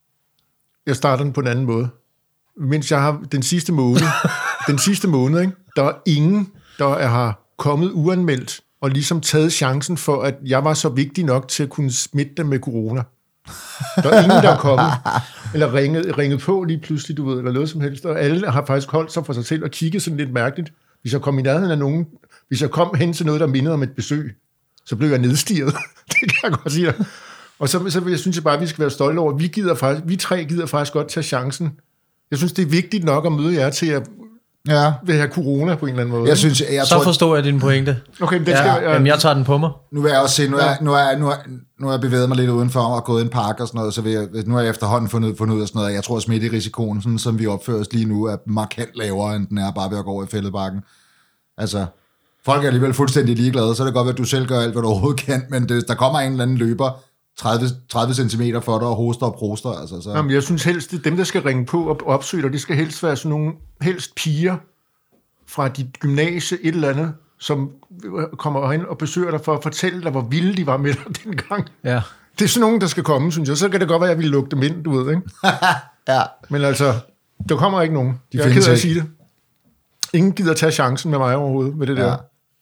jeg starter den på en anden måde. Mens jeg har den sidste måned, den sidste måned, ikke, der er ingen, der har kommet uanmeldt og ligesom taget chancen for, at jeg var så vigtig nok til at kunne smitte dem med corona. Der er ingen, der er kommet, eller ringet, ringet på lige pludselig, du ved, eller noget som helst, og alle har faktisk holdt sig for sig selv og kigget sådan lidt mærkeligt. Hvis jeg kom i nærheden af nogen, hvis jeg kom hen til noget, der mindede om et besøg, så blev jeg nedstirret. Det kan jeg godt sige. Og så, så jeg synes jeg bare, at vi skal være stolte over, vi gider faktisk, vi tre gider faktisk godt tage chancen. Jeg synes, det er vigtigt nok at møde jer til at ja. Vil have corona på en eller anden måde. Jeg synes, jeg så tror, forstår jeg din pointe. Okay, men det ja, skal, jeg, jamen, jeg tager den på mig. Nu vil jeg også se, nu er, nu er, nu er, nu er jeg bevæget mig lidt udenfor og gået i en park og sådan noget, så vil jeg, nu har jeg efterhånden fundet, fundet ud af sådan noget, jeg tror, at smitterisikoen, sådan som vi opfører os lige nu, er markant lavere, end den er bare ved at gå over i fældebakken. Altså, folk er alligevel fuldstændig ligeglade, så er det godt, at du selv gør alt, hvad du overhovedet kan, men det, der kommer en eller anden løber tredive, tredive centimeter for dig og hoster og proster. Altså, så. Jamen, jeg synes helst, det dem, der skal ringe på og opsøge dig, det skal helst være sådan nogle, helst piger fra dit gymnasie, et eller andet, som kommer hen og besøger dig for at fortælle dig, hvor vilde de var med dig dengang. Ja. Det er sådan nogen, der skal komme, synes jeg. Så kan det godt være, at jeg vil lukke dem ind, du ved, ikke? Ja. Men altså, der kommer ikke nogen. De jeg er ked af at sige det. Ingen gider tage chancen med mig overhovedet, med det ja. der.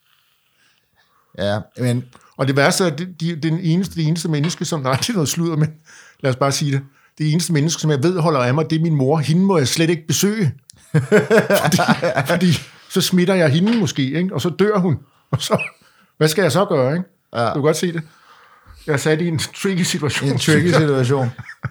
Ja, men... Og det værste er, at det, de, den eneste, det eneste menneske, som... Nej, det er noget sludder, men lad os bare sige det. Det eneste menneske, som jeg ved holder af mig, det er min mor. Hende må jeg slet ikke besøge. fordi, fordi så smitter jeg hende måske, ikke? Og så dør hun. Og så... Hvad skal jeg så gøre, ikke? Ja. Du kan godt se det. Jeg er sat i en tricky situation. En tricky situation.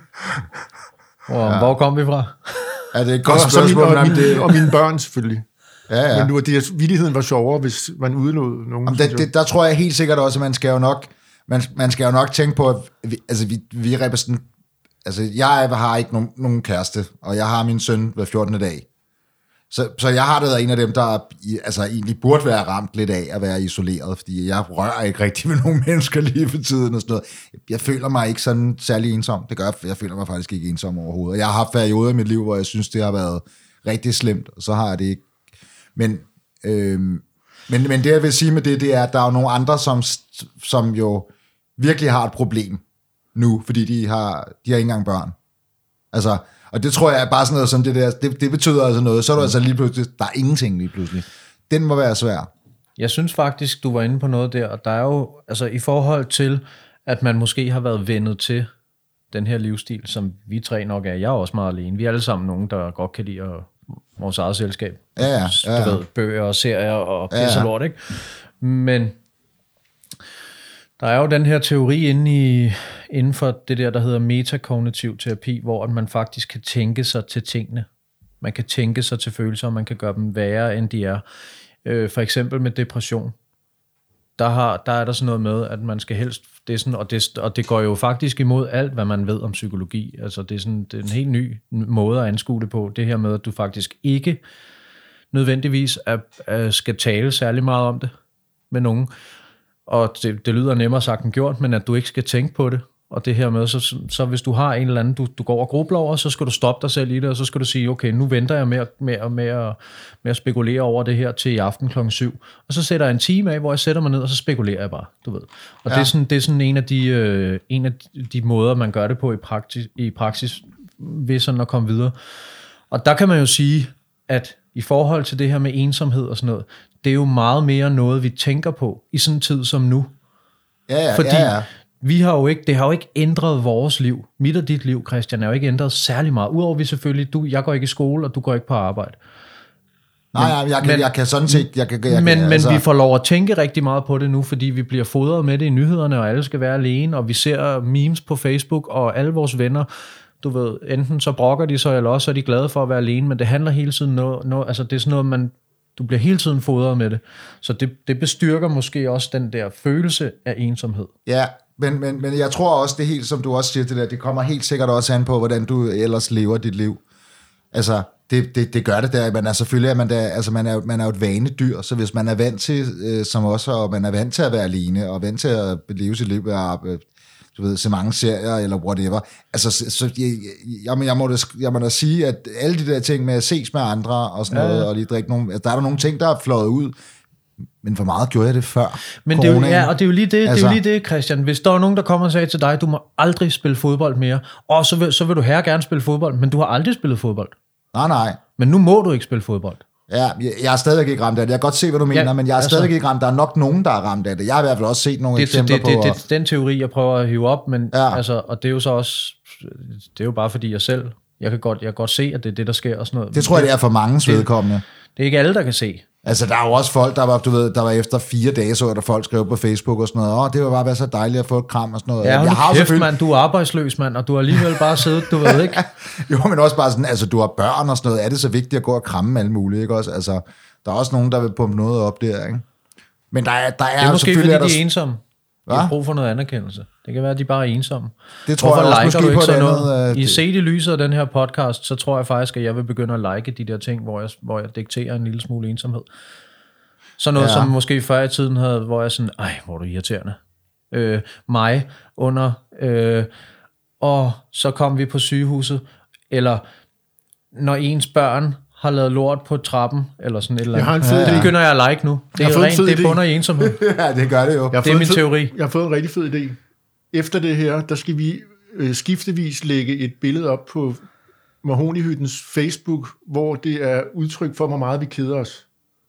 Hvor, ja. Hvor kom vi fra? Ja, det er et godt og, spørgsmål. Min, og, min, det... og mine børn selvfølgelig. Ja, ja. Men nu, det, vittigheden var sjovere, hvis man udelod nogen. Jamen, det, det, der tror jeg helt sikkert også, at man skal jo nok, man, man skal jo nok tænke på, at vi, altså, vi, vi repræsenterer... Altså, jeg har ikke nogen, nogen kæreste, og jeg har min søn hver fjortende dag. Så, så jeg har da været en af dem, der altså, egentlig burde være ramt lidt af at være isoleret, fordi jeg rører ikke rigtig med nogen mennesker lige for tiden og sådan noget. Jeg føler mig ikke sådan særlig ensom. Det gør, jeg føler mig faktisk ikke ensom overhovedet. Jeg har haft perioder i mit liv, hvor jeg synes, det har været rigtig slemt, og så har jeg det ikke. Men, øhm, men, men det, jeg vil sige med det, det er, at der er jo nogle andre, som, som jo virkelig har et problem nu, fordi de har, de har ikke engang børn. Altså, og det tror jeg er bare sådan noget som det der, det, det betyder altså noget, så er du altså lige pludselig, der er ingenting lige pludselig. Den må være svær. Jeg synes faktisk, du var inde på noget der, og der er jo, altså i forhold til, at man måske har været vendet til den her livsstil, som vi tre nok er, jeg er også meget alene. Vi er alle sammen nogen, der godt kan lide at, vores eget selskab. Ja, ja, ja. Du ved, bøger og serier og pisse ja, ja. lort, ikke? Men der er jo den her teori inde, i, inden for det der, der hedder metakognitiv terapi, hvor man faktisk kan tænke sig til tingene. Man kan tænke sig til følelser, og man kan gøre dem værre, end de er. Øh, for eksempel med depression. Der, har, der er der sådan noget med, at man skal helst... Det er sådan, og, det, og det går jo faktisk imod alt, hvad man ved om psykologi. Altså, det er, sådan, det er en helt ny måde at anskue det på. Det her med, at du faktisk ikke nødvendigvis er, er, skal tale særlig meget om det med nogen. Og det, det lyder nemmere sagt end gjort, men at du ikke skal tænke på det. Og det her med, så, så hvis du har en eller anden, du, du går og grubler over, så skal du stoppe dig selv i det, og så skal du sige, okay, nu venter jeg med, med, med, med at spekulere over det her til i aften klokken syv. Og så sætter jeg en time af, hvor jeg sætter mig ned, og så spekulerer jeg bare, du ved. Og ja. det, er sådan, det er sådan en af de, øh, en af de måder, man gør det på i praksis, i praksis ved sådan at komme videre. Og der kan man jo sige, at i forhold til det her med ensomhed og sådan noget, det er jo meget mere noget, vi tænker på i sådan en tid som nu. Ja, ja, Fordi ja, ja. Vi har jo ikke, det har jo ikke ændret vores liv. Mit og dit liv, Christian, er jo ikke ændret særlig meget. Udover vi selvfølgelig, du, jeg går ikke i skole, og du går ikke på arbejde. Nej, men, jeg, kan, men, jeg kan sådan set... Jeg kan, jeg men kan, altså. men vi får lov at tænke rigtig meget på det nu, fordi vi bliver fodret med det i nyhederne, og alle skal være alene, og vi ser memes på Facebook, og alle vores venner, du ved, enten så brokker de sig, eller også er de glade for at være alene, men det handler hele tiden noget, noget altså det er sådan noget, man... Du bliver hele tiden fodret med det. Så det, det bestyrker måske også den der følelse af ensomhed. Ja, men, men, men jeg tror også, det helt som du også siger, det der, det kommer helt sikkert også an på, hvordan du ellers lever dit liv. Altså, det, det, det gør det der. Man er selvfølgelig, at man, der, altså, man, er, man er jo et vanedyr, så hvis man er vant til, øh, som også, og man er vant til at være alene, og vant til at leve sit liv, og, øh, du ved, se mange serier, eller whatever. Altså, så, så jeg, jeg, jeg, må da, jeg må da sige, at alle de der ting med at ses med andre, og sådan ja. noget, og lige drikke nogle, der er der nogle ting, der er fløjet ud, men for meget gjorde jeg det før. Men det er jo, ja, og det er jo lige det, altså, det er jo lige det, Christian. Hvis der er nogen, der kommer og siger til dig, du må aldrig spille fodbold mere, og så vil, så vil du her gerne spille fodbold, men du har aldrig spillet fodbold. Nej, nej. Men nu må du ikke spille fodbold. Ja, jeg, jeg er stadig ikke ramt af det. Jeg kan godt se, hvad du mener, ja, men jeg er altså, stadig ikke ramt. Der er nok nogen, der er ramt af det. Jeg har i hvert fald også set nogle det, eksempler det, på... Det, det, det, den teori, jeg prøver at hive op, men ja. altså, og det er jo så også... Det er jo bare fordi, jeg selv... Jeg kan godt, jeg kan godt se, at det er det, der sker og sådan noget. Det tror jeg, det er for mange vedkommende. Det, det er ikke alle, der kan se. Altså, der er jo også folk, der var, du ved, der var efter fire dage, så der folk skrev på Facebook og sådan noget, åh, det var bare være så dejligt at få et kram og sådan noget. Ja, jeg har kæft, selvfølgelig... mand, du er arbejdsløs, mand, og du har alligevel bare siddet, du ved ikke. Jo, men også bare sådan, altså, du har børn og sådan noget, er det så vigtigt at gå og kramme alle mulige, ikke også? Altså, der er også nogen, der vil pumpe noget op der, ikke? Men der er, der er, det er måske, fordi der... de er ensomme. De har brug for noget anerkendelse. Det kan være, at de bare er ensomme. Det tror Hvorfor jeg også måske på det andet. Uh, I set i lyset af den her podcast, så tror jeg faktisk, at jeg vil begynde at like de der ting, hvor jeg, hvor jeg dikterer en lille smule ensomhed. Så noget, ja. som måske før i tiden havde, hvor jeg sådan, ej, hvor er du irriterende. Øh, mig under, øh, og så kom vi på sygehuset, eller når ens børn har lavet lort på trappen, eller sådan et eller andet. Jeg har en fed det begynder jeg at like nu. Det er rent, det bunder i ensomhed. Ja, det gør det jo. Det er min fed, teori. Jeg har fået en rigtig fed idé. Efter det her, der skal vi øh, skiftevis lægge et billede op på Mahonihyttens Facebook, hvor det er udtryk for, hvor meget vi keder os.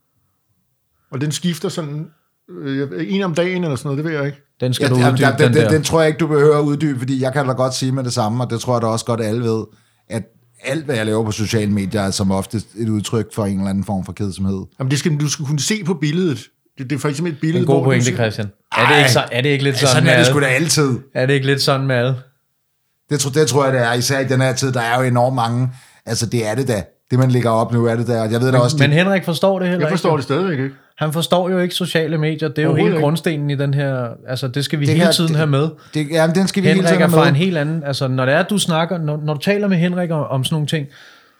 Og den skifter sådan øh, en om dagen eller sådan noget, det ved jeg ikke. Den skal ja, du uddybe, den, den, den, den, den tror jeg ikke, du behøver at uddybe, fordi jeg kan da godt sige med det samme, og det tror jeg da også godt, alle ved, at alt, hvad jeg laver på sociale medier, er som oftest et udtryk for en eller anden form for kedsomhed. Jamen, det skal du skal kunne se på billedet. Det, det er for eksempel et billede, en god hvor pointe, du... Christian. Er det, ikke så, er det ikke lidt sådan, sådan med er det sgu da altid. Er det ikke lidt sådan med alle? Det, tror, det tror jeg, det er. Især i den her tid, der er jo enormt mange... Altså, det er det da. Det, man lægger op nu, er det der. Jeg ved men, da også... Men det... Henrik forstår det heller Jeg forstår ikke. det stadigvæk ikke. Han forstår jo ikke sociale medier. Det er jo hele grundstenen i den her... Altså, det skal vi det hele her, tiden det, have med. Det, jamen, den skal vi Henrik hele tiden have med. er fra en helt anden... Altså, når det er, du snakker... Når, når du taler med Henrik om, om sådan nogle ting,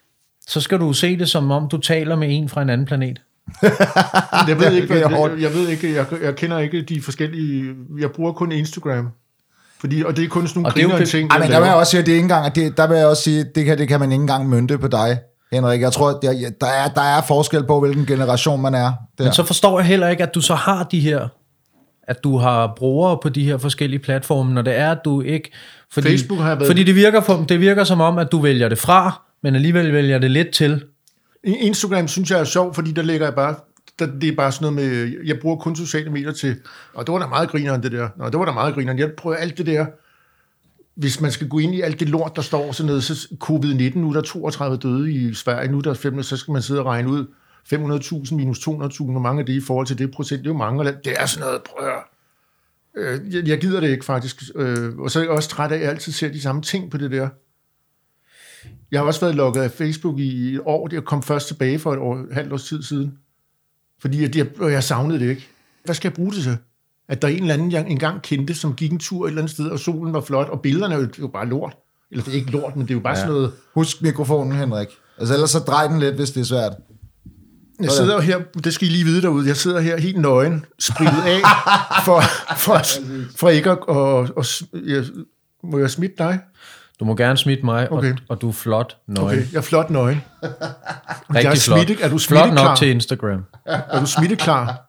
så skal du se det som om, du taler med en fra en anden planet. jeg ved ikke, jeg, jeg, jeg ved ikke, jeg, jeg kender ikke de forskellige, jeg bruger kun Instagram. Fordi, og det er kun sådan nogle griner ting. Ej, men der vil jeg også sige, at det ikke engang, det, der vil jeg også sige, det kan, det kan man ikke engang mønte på dig, Henrik. Jeg tror, der, der, er, der er forskel på, hvilken generation man er. Der. Men så forstår jeg heller ikke, at du så har de her, at du har brugere på de her forskellige platforme, når det er, at du ikke... Fordi, Facebook har været... fordi det virker, for, det virker som om, at du vælger det fra, men alligevel vælger det lidt til. Instagram synes jeg er sjov, fordi der lægger jeg bare... Der, det er bare sådan noget med... Jeg bruger kun sociale medier til... Og det var da meget grineren, det der. Nå, det var da meget grineren. Jeg prøver alt det der... Hvis man skal gå ind i alt det lort, der står sådan noget, så covid nitten, nu er der toogtredive døde i Sverige, nu er der fem, så skal man sidde og regne ud fem hundrede tusind minus to hundrede tusind, hvor mange af det i forhold til det procent, det er jo mange. Det er sådan noget, prøv at øh, jeg, jeg gider det ikke faktisk. Øh, og så er jeg også træt af, at jeg altid ser de samme ting på det der. Jeg har også været logget af Facebook i et år, jeg kom først tilbage for et år, halvt års tid siden, fordi jeg, jeg, jeg savnede det ikke. Hvad skal jeg bruge det til? At der er en eller anden, jeg engang kendte, som gik en tur et eller andet sted, og solen var flot, og billederne er jo, jo bare lort. Eller det er ikke lort, men det er jo bare ja. sådan noget... Husk mikrofonen, Henrik. Altså ellers så drej den lidt, hvis det er svært. Jeg sidder her, det skal I lige vide derude, jeg sidder her helt nøgen, spritet af, for, for, for ikke at... Og, og, jeg, må jeg smitte dig? Du må gerne smitte mig, okay. og, og du er flot nøgen. Okay, jeg er flot nøgen. Rigtig jeg er flot. Smitte, er du flot nok til Instagram. Er du smitteklar?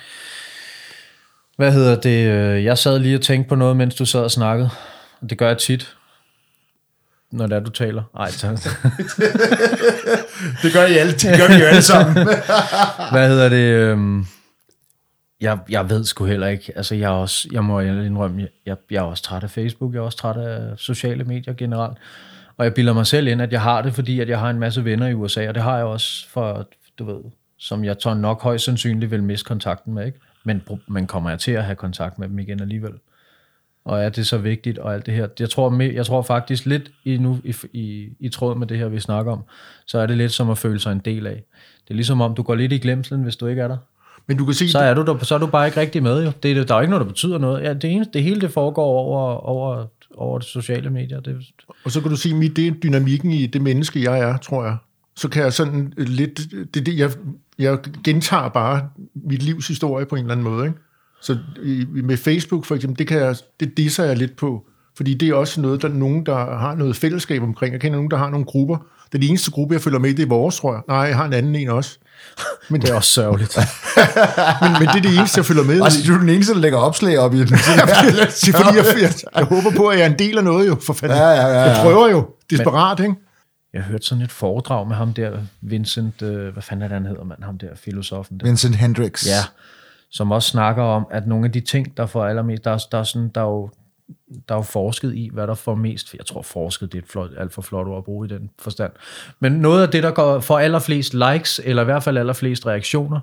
Hvad hedder det? Jeg sad lige og tænkte på noget, mens du sad og snakkede. Det gør jeg tit, når det er, du taler. Ej, tak. Det gør I alle, det gør vi jo alle sammen. Hvad hedder det? Jeg, jeg ved sgu heller ikke. Altså, jeg, er også, jeg må indrømme, jeg, jeg er også træt af Facebook. Jeg er også træt af sociale medier generelt. Og jeg bilder mig selv ind, at jeg har det, fordi at jeg har en masse venner i U S A, og det har jeg også for, du ved, som jeg tror nok højst sandsynligt vil miste kontakten med, ikke? Men man kommer jeg til at have kontakt med dem igen alligevel. Og er det så vigtigt og alt det her? Jeg tror, jeg tror faktisk lidt i, nu, i, i, i tråd med det her, vi snakker om, så er det lidt som at føle sig en del af. Det er ligesom om, du går lidt i glemslen, hvis du ikke er der. Men du kan se, så, er du der, så er du bare ikke rigtig med. Jo. Det er, der er jo ikke noget, der betyder noget. Ja, det, ene, det hele det foregår over, over, over de sociale medier. Det... Og så kan du sige, at det er dynamikken i det menneske, jeg er, tror jeg. Så kan jeg sådan lidt... Det, det, jeg, jeg gentager bare mit livs historie på en eller anden måde, ikke? Så med Facebook for eksempel, det, kan jeg, det disser jeg lidt på, fordi det er også noget, der er nogen, der har noget fællesskab omkring. Jeg kender nogen, der har nogle grupper. Den eneste gruppe, jeg følger med, det er vores, tror jeg. Nej, jeg har en anden en også. Men det er også sørgeligt. men, men det er det eneste, jeg følger med. Altså, du er den eneste, der lægger opslag op i den. det er fordi, jeg, jeg, jeg håber på, at jeg er en del af noget, jo, for fanden. Ja, ja, ja, ja. Jeg prøver jo. Desperat, ikke? Jeg har hørt sådan et foredrag med ham der, Vincent, øh, hvad fanden er det, han hedder, mand? Ham der, filosofen der. Vincent Hendricks. Ja, som også snakker om, at nogle af de ting, der får allermest, der, der, er sådan, der, er jo, der er jo forsket i, hvad der får mest, jeg tror forsket, det er et flot, alt for flot ord at bruge i den forstand, men noget af det, der går for allerflest likes, eller i hvert fald allerflest reaktioner,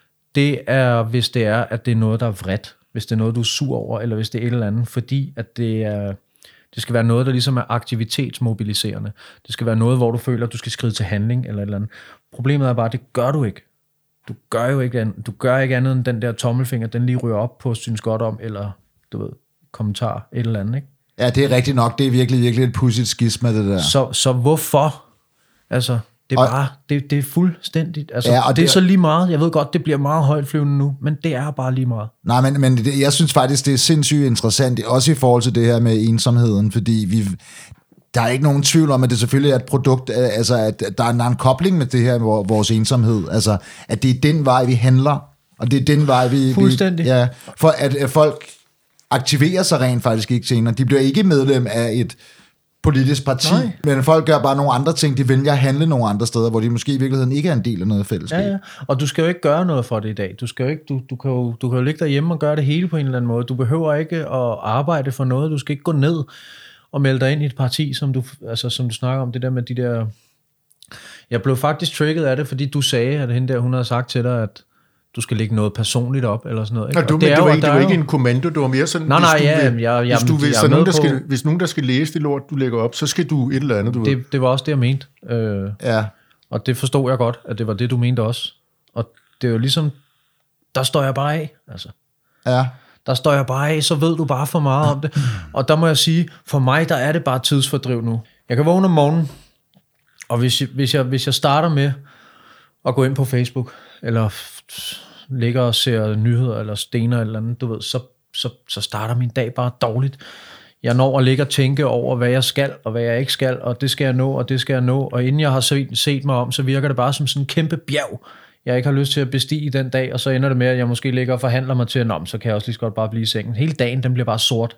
det er, hvis det er, at det er noget, der er vredt, hvis det er noget, du er sur over, eller hvis det er et eller andet, fordi at det er... Det skal være noget, der ligesom er aktivitetsmobiliserende. Det skal være noget, hvor du føler, at du skal skride til handling eller et eller andet. Problemet er bare, at det gør du ikke. Du gør jo ikke andet, du gør ikke andet end den der tommelfinger, den lige ryger op på synes godt om, eller du ved, kommentar, et eller andet, ikke? Ja, det er rigtigt nok. Det er virkelig, virkelig et pudsigt skisma, det der. Så, så hvorfor? Altså, det er og, bare, det, det er fuldstændigt. Altså, ja, og det, det er så lige meget. Jeg ved godt, det bliver meget højtflyvende nu, men det er bare lige meget. Nej, men, men det, jeg synes faktisk, det er sindssygt interessant, også i forhold til det her med ensomheden, fordi vi... Der er ikke nogen tvivl om, at det selvfølgelig er et produkt, altså at der er en kobling med det her, vores ensomhed, altså at det er den vej, vi handler, og det er den vej, vi... Fuldstændig. Vi, ja, for at, at folk aktiverer sig rent faktisk ikke senere. De bliver ikke medlem af et politisk parti, Nej. Men folk gør bare nogle andre ting, de vælger at handle nogle andre steder, hvor de måske i virkeligheden ikke er en del af noget fællesskab. Ja, ja. Og du skal jo ikke gøre noget for det i dag. Du, skal jo ikke, du, du, kan jo, du kan jo ligge derhjemme og gøre det hele på en eller anden måde. Du behøver ikke at arbejde for noget. Du skal ikke gå ned og melde dig ind i et parti, som du, altså, som du snakker om, det der med de der... Jeg blev faktisk trigget af det, fordi du sagde, at hende der, hun havde sagt til dig, at du skal lægge noget personligt op, eller sådan noget. Ikke? Nå, du, det, er, du var, ikke, det var ikke en kommando, du var mere sådan... Nej, nej, hvis ja, vil, jeg, jeg, hvis, du vil, jeg så nogen, der på, skal, hvis nogen, der skal læse det lort, du lægger op, så skal du et eller andet, du det, ved. Det var også det, jeg mente. Øh, ja. Og det forstod jeg godt, at det var det, du mente også. Og det er jo ligesom, der står jeg bare af, altså. Ja. Der står jeg bare af, så ved du bare for meget om det. Og der må jeg sige, for mig, der er det bare tidsfordriv nu. Jeg kan vågne om morgenen, Og hvis, hvis, jeg, hvis jeg starter med at gå ind på Facebook, eller ligger og ser nyheder, eller stener eller andet, du ved, så, så, så starter min dag bare dårligt. Jeg når at ligge og tænke over, hvad jeg skal, og hvad jeg ikke skal, og det skal jeg nå, og det skal jeg nå. Og inden jeg har set, set mig om, så virker det bare som sådan en kæmpe bjerg, jeg ikke har lyst til at bestige den dag, og så ender det med, at jeg måske ligger og forhandler mig til, at så kan jeg også lige så godt bare blive i sengen. Hele dagen, den bliver bare sort.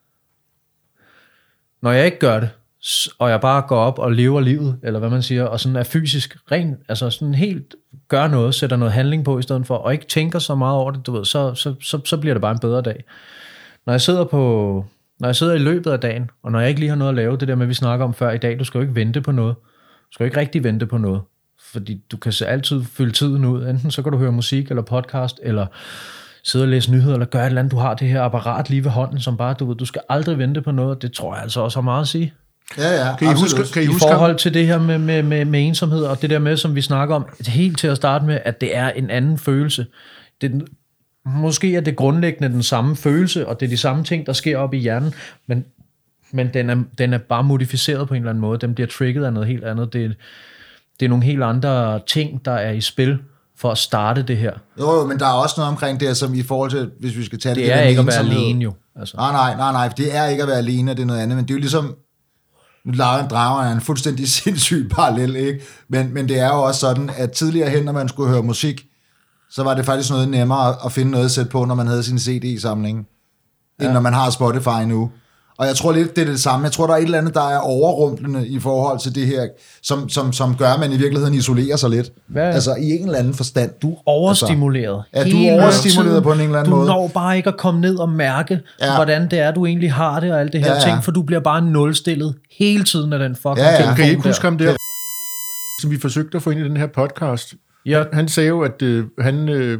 Når jeg ikke gør det, og jeg bare går op og lever livet, eller hvad man siger, og sådan er fysisk ren, altså sådan helt gør noget, sætter noget handling på i stedet for, og ikke tænker så meget over det, du ved, så, så, så, så bliver det bare en bedre dag. Når jeg sidder på, når jeg sidder i løbet af dagen, og når jeg ikke lige har noget at lave, det der med, vi snakker om før i dag, du skal jo ikke vente på noget. Du skal jo ikke rigtig vente på noget, fordi du kan altid fylde tiden ud. Enten så kan du høre musik, eller podcast, eller sidde og læse nyheder, eller gøre et eller andet. Du har det her apparat lige ved hånden, som bare, du ved, du skal aldrig vente på noget. Det tror jeg altså også har meget at sige. Ja, ja, kan I huske, kan I huske i forhold til det her med, med, med, med ensomhed, og det der med, som vi snakker om, helt til at starte med, at det er en anden følelse. Det, måske er det grundlæggende den samme følelse, og det er de samme ting, der sker op i hjernen, men, men den, er, den er bare modificeret på en eller anden måde. Den bliver trigget af noget helt andet. Det, det er nogle helt andre ting, der er i spil for at starte det her. Jo, men der er også noget omkring det, som i forhold til, hvis vi skal tage det... Det er ikke at være alene jo. Altså. Nej, nej, nej, nej, det er ikke at være alene, det er noget andet, men det er jo ligesom... Nu drager jeg en fuldstændig sindssyg parallel, ikke? Men, men det er jo også sådan, at tidligere hen, når man skulle høre musik, så var det faktisk noget nemmere at finde noget at sætte på, når man havde sin C D-samling, end ja. Når man har Spotify nu. Og jeg tror lidt, det er det samme. Jeg tror, der er et eller andet, der er overrumplende i forhold til det her, som, som, som gør, at man i virkeligheden isolerer sig lidt. Hvad? Altså i en eller anden forstand. Du er overstimuleret. Altså, ja, du er overstimuleret på en eller anden du måde. Du når bare ikke at komme ned og mærke, ja. Hvordan det er, du egentlig har det, og alt det her ja, ja. Ting, for du bliver bare nulstillet hele tiden af den fucking ja, ja. telefon. Kan I ikke huske om det her, som vi forsøgte at få ind i den her podcast? Ja. Han sagde jo, at øh, han øh,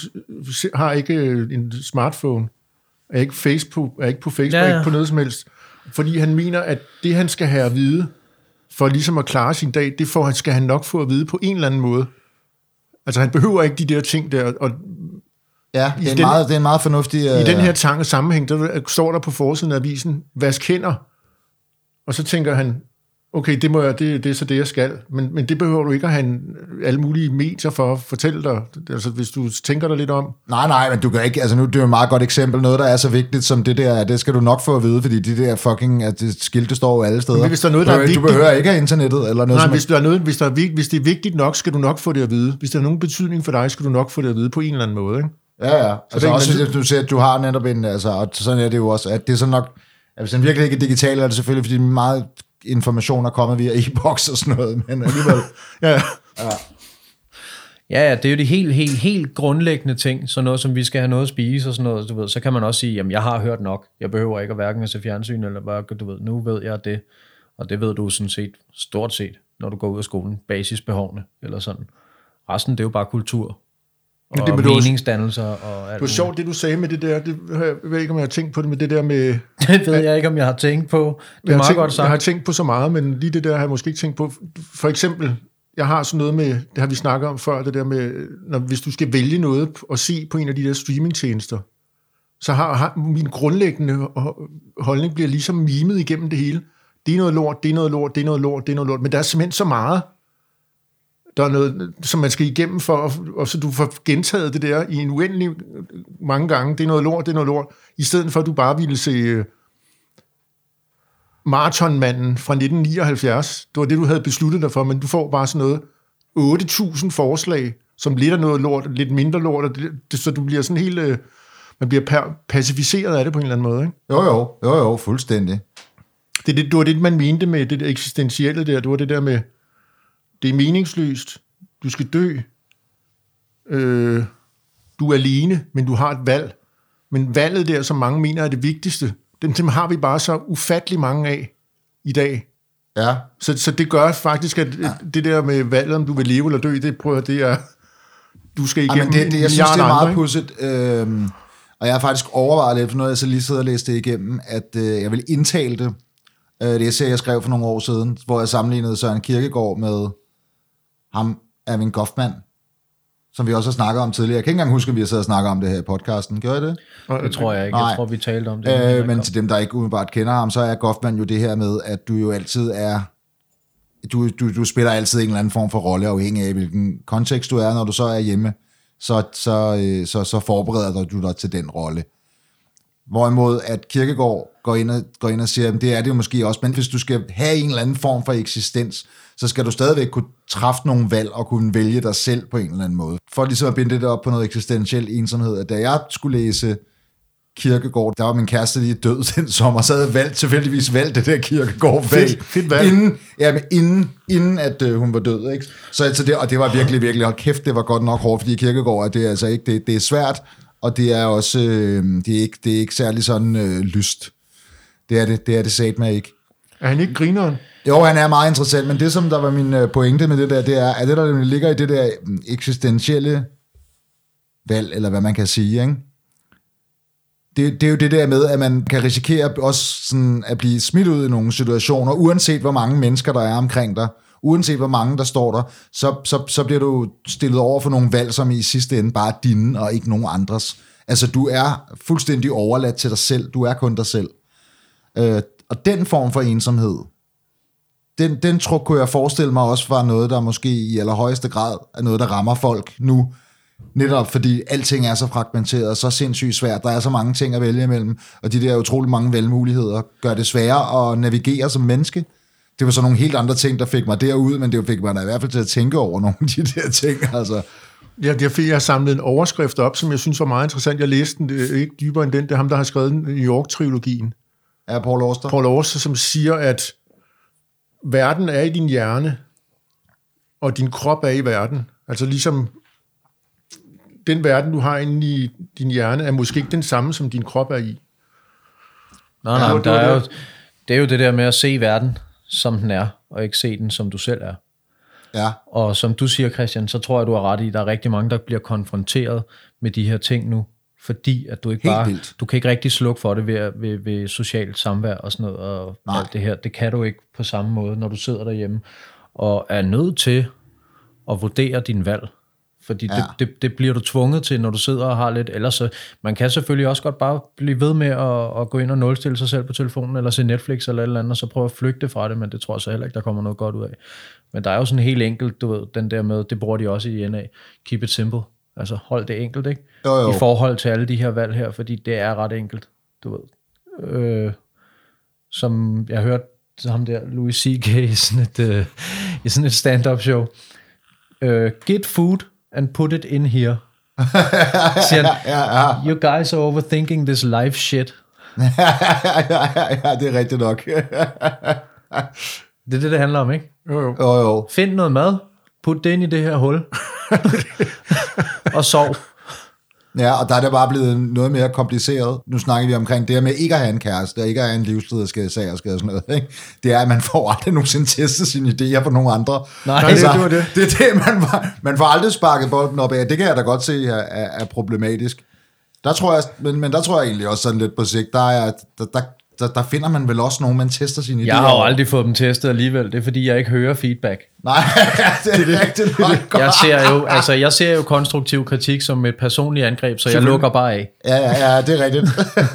har ikke en smartphone, er ikke, Facebook, er ikke på Facebook, ja, ja. Ikke på noget som helst. Fordi han mener, at det, han skal have at vide, for ligesom at klare sin dag, det får, skal han nok få at vide på en eller anden måde. Altså, han behøver ikke de der ting der. Og ja, det er, en den, meget, det er en meget fornuftig... Uh... I den her tanke sammenhæng, der står der på forsiden af avisen, vask hænder. Og så tænker han, okay, det, må jeg, det, det er så det, jeg skal. Men, men det behøver du ikke at have en, alle mulige medier for at fortælle dig. Altså, hvis du tænker dig lidt om. Nej, nej, men du kan ikke... Altså, nu det er jo et meget godt eksempel. Noget, der er så vigtigt som det der, det skal du nok få at vide, fordi de der fucking... At det skilte står jo alle steder. Men hvis der er noget, der er vigtigt... Du behøver ikke have internettet eller noget. Nej, hvis, der er noget, hvis, der er vigtigt, hvis det er vigtigt nok, skal du nok få det at vide. Hvis der er nogen betydning for dig, skal du nok få det at vide på en eller anden måde, ikke? Ja, ja. Altså, også, man... du siger, at du har netop en... Altså, og sådan er det jo også, at det er så nok... At hvis den virkelig ikke er digital, er det selvfølgelig, fordi meget... information er kommet via e-boks og sådan noget, men alligevel... ja. Ja. Ja, ja, det er jo de helt, helt, helt grundlæggende ting, sådan noget som vi skal have noget at spise og sådan noget, du ved, så kan man også sige, jamen jeg har hørt nok, jeg behøver ikke at hverken at se fjernsyn eller hvad, du ved, nu ved jeg det, og det ved du sådan set, stort set, når du går ud af skolen, basisbehovene eller sådan. Resten, det er jo bare kultur. Og det meningsdannelser og alt. Det var sjovt, det du sagde med det der, det, jeg ved ikke, om jeg har tænkt på det, med det der med... Det ved jeg ikke, om jeg har tænkt på. Det er meget tænkt, godt sagt. Jeg har tænkt på så meget, men lige det der har jeg måske ikke tænkt på. For eksempel, jeg har sådan noget med, det har vi snakket om før, det der med, når, hvis du skal vælge noget og se på en af de der streamingtjenester, så har, har min grundlæggende holdning bliver ligesom mimet igennem det hele. Det er noget lort, det er noget lort, det er noget lort, det er noget lort, men der er simpelthen så meget, der er noget, som man skal igennem for, og så du får gentaget det der i en uendelig mange gange. Det er noget lort, det er noget lort. I stedet for, at du bare ville se uh, Marathonmanden fra nitten nioghalvfjerds. Det var det, du havde besluttet dig for, men du får bare sådan noget otte tusind forslag, som lidt er noget lort, lidt mindre lort, og det, det, så du bliver sådan helt... Uh, man bliver per, pacificeret af det på en eller anden måde, ikke? Jo, jo, jo, jo, fuldstændig. Det, det, det var det, man mente med det der eksistentielle der. Det var det der med... Det er meningsløst. Du skal dø. Øh, du er alene, men du har et valg. Men valget der, som mange mener er det vigtigste, dem, dem har vi bare så ufattelig mange af i dag. Ja. Så, så det gør faktisk, at ja. Det der med valget, om du vil leve eller dø, det prøver det er, du skal igennem. Ja, det, det, jeg synes, det er meget andre, pudset. Øhm, og jeg har faktisk overvejet lidt, for noget jeg så lige sidder og læste det igennem, at øh, jeg vil indtale det. Øh, det essay, jeg skrev for nogle år siden, hvor jeg sammenlignede Søren Kierkegaard med ham, Erving Goffman, som vi også har snakket om tidligere. Jeg kan ikke engang huske, at vi har siddet og snakket om det her i podcasten. Gør I det? Det tror jeg ikke. Nej. Jeg tror, vi talte om det. Øh, men til dem, der ikke umiddelbart kender ham, så er Goffman jo det her med, at du jo altid er du, du, du spiller altid en eller anden form for rolle, afhængig af hvilken kontekst du er, når du så er hjemme, så, så, øh, så, så forbereder du dig til den rolle. Hvorimod at Kierkegaard går ind og, går ind og siger, at det er det jo måske også, men hvis du skal have en eller anden form for eksistens, så skal du stadigvæk kunne træffe nogle valg og kunne vælge dig selv på en eller anden måde. For ligesom at binde det op på noget eksistentiel ensomhed, at da jeg skulle læse Kierkegaard, der var min kæreste lige død den sommer, så havde jeg valgt, tilfældigvis valgt det der Kierkegaard fedt, fedt valg. Inden, ja, men inden, inden at øh, hun var død, ikke? Så altså det, og det var virkelig, virkelig, hold kæft, det var godt nok hårdt, fordi Kierkegaard, det er altså ikke, det, det er svært, og det er også, øh, det er ikke, det er ikke særlig sådan øh, lyst. Det er det, det er det satme ikke. Er han ikke grineren? Jo, han er meget interessant, men det som der var min øh, pointe med det der, det er, at det der ligger i det der eksistentielle valg, eller hvad man kan sige, ikke? Det, det er jo det der med, at man kan risikere også sådan at blive smidt ud i nogle situationer, uanset hvor mange mennesker der er omkring dig, uanset hvor mange der står der, så, så, så bliver du stillet over for nogle valg, som i sidste ende bare er dine og ikke nogen andres. Altså du er fuldstændig overladt til dig selv, du er kun dig selv. Øh, og den form for ensomhed, den, den tror kunne jeg forestille mig også var noget, der måske i allerhøjeste grad er noget, der rammer folk nu, netop fordi alting er så fragmenteret og så sindssygt svært. Der er så mange ting at vælge imellem, og de der utrolig mange valgmuligheder gør det sværere at navigere som menneske. Det var så nogle helt andre ting, der fik mig derud, men det fik mig da i hvert fald til at tænke over nogle af de der ting. Altså. Ja, det fik jeg samlet en overskrift op, som jeg synes var meget interessant. Jeg læste den det er ikke dybere end den. Det er ham, der har skrevet New York-trilogien. Ja, Paul Auster. Paul Auster, som siger, at verden er i din hjerne, og din krop er i verden. Altså ligesom den verden, du har inde i din hjerne, er måske ikke den samme, som din krop er i. Nej, nej, ja, der er jo, det er jo det der med at se verden, som den er, og ikke se den, som du selv er. Ja. Og som du siger, Christian, så tror jeg, du har ret i, der er rigtig mange, der bliver konfronteret med de her ting nu, fordi at du ikke Helt bare, vildt. du kan ikke rigtig slukke for det ved, ved, ved socialt samvær og sådan noget, og Nej. alt det her, det kan du ikke på samme måde, når du sidder derhjemme, og er nødt til at vurdere din valg. Fordi ja. det, det, det bliver du tvunget til, når du sidder og har lidt. Ellers så, man kan selvfølgelig også godt bare blive ved med at, at gå ind og nulstille sig selv på telefonen, eller se Netflix eller et eller andet, og så prøve at flygte fra det, men det tror jeg så heller ikke, der kommer noget godt ud af. Men der er jo sådan helt enkelt, du ved, den der med, det bruger de også i N A. Keep it simple. Altså hold det enkelt, ikke? Jo, jo. I forhold til alle de her valg her, fordi det er ret enkelt, du ved. Øh, som jeg hørte ham der, Louis C K i sådan et, uh, i sådan et stand-up show. Uh, get food and put it in here. Siger han, ja, ja. You guys are overthinking this life shit. ja, ja, det er rigtigt nok. Det er det, det handler om, ikke? Jo, jo. Jo, jo. Find noget mad, put det ind i det her hul, og sov. Ja, og der er det bare blevet noget mere kompliceret. Nu snakker vi omkring det her med ikke at have en kæreste, og ikke at have en livslederskab, sag og sådan noget. Ikke? Det er, at man får aldrig nogensinde testet sine idéer på nogle andre. Nej, altså, det var det. Det er det, man, man får aldrig sparket bolden op af. Det kan jeg da godt se er, er, er problematisk. Der tror jeg, men, men der tror jeg egentlig også sådan lidt på sigt, der, er, der, der, der, der finder man vel også nogen, man tester sine idéer. Jeg har jo aldrig fået dem testet alligevel. Det er, fordi jeg ikke hører feedback. Nej, det er rigtigt nok. Jeg ser jo, altså, jeg ser jo konstruktiv kritik som et personligt angreb, så jeg lukker bare af. Ja, ja, ja, det er rigtigt.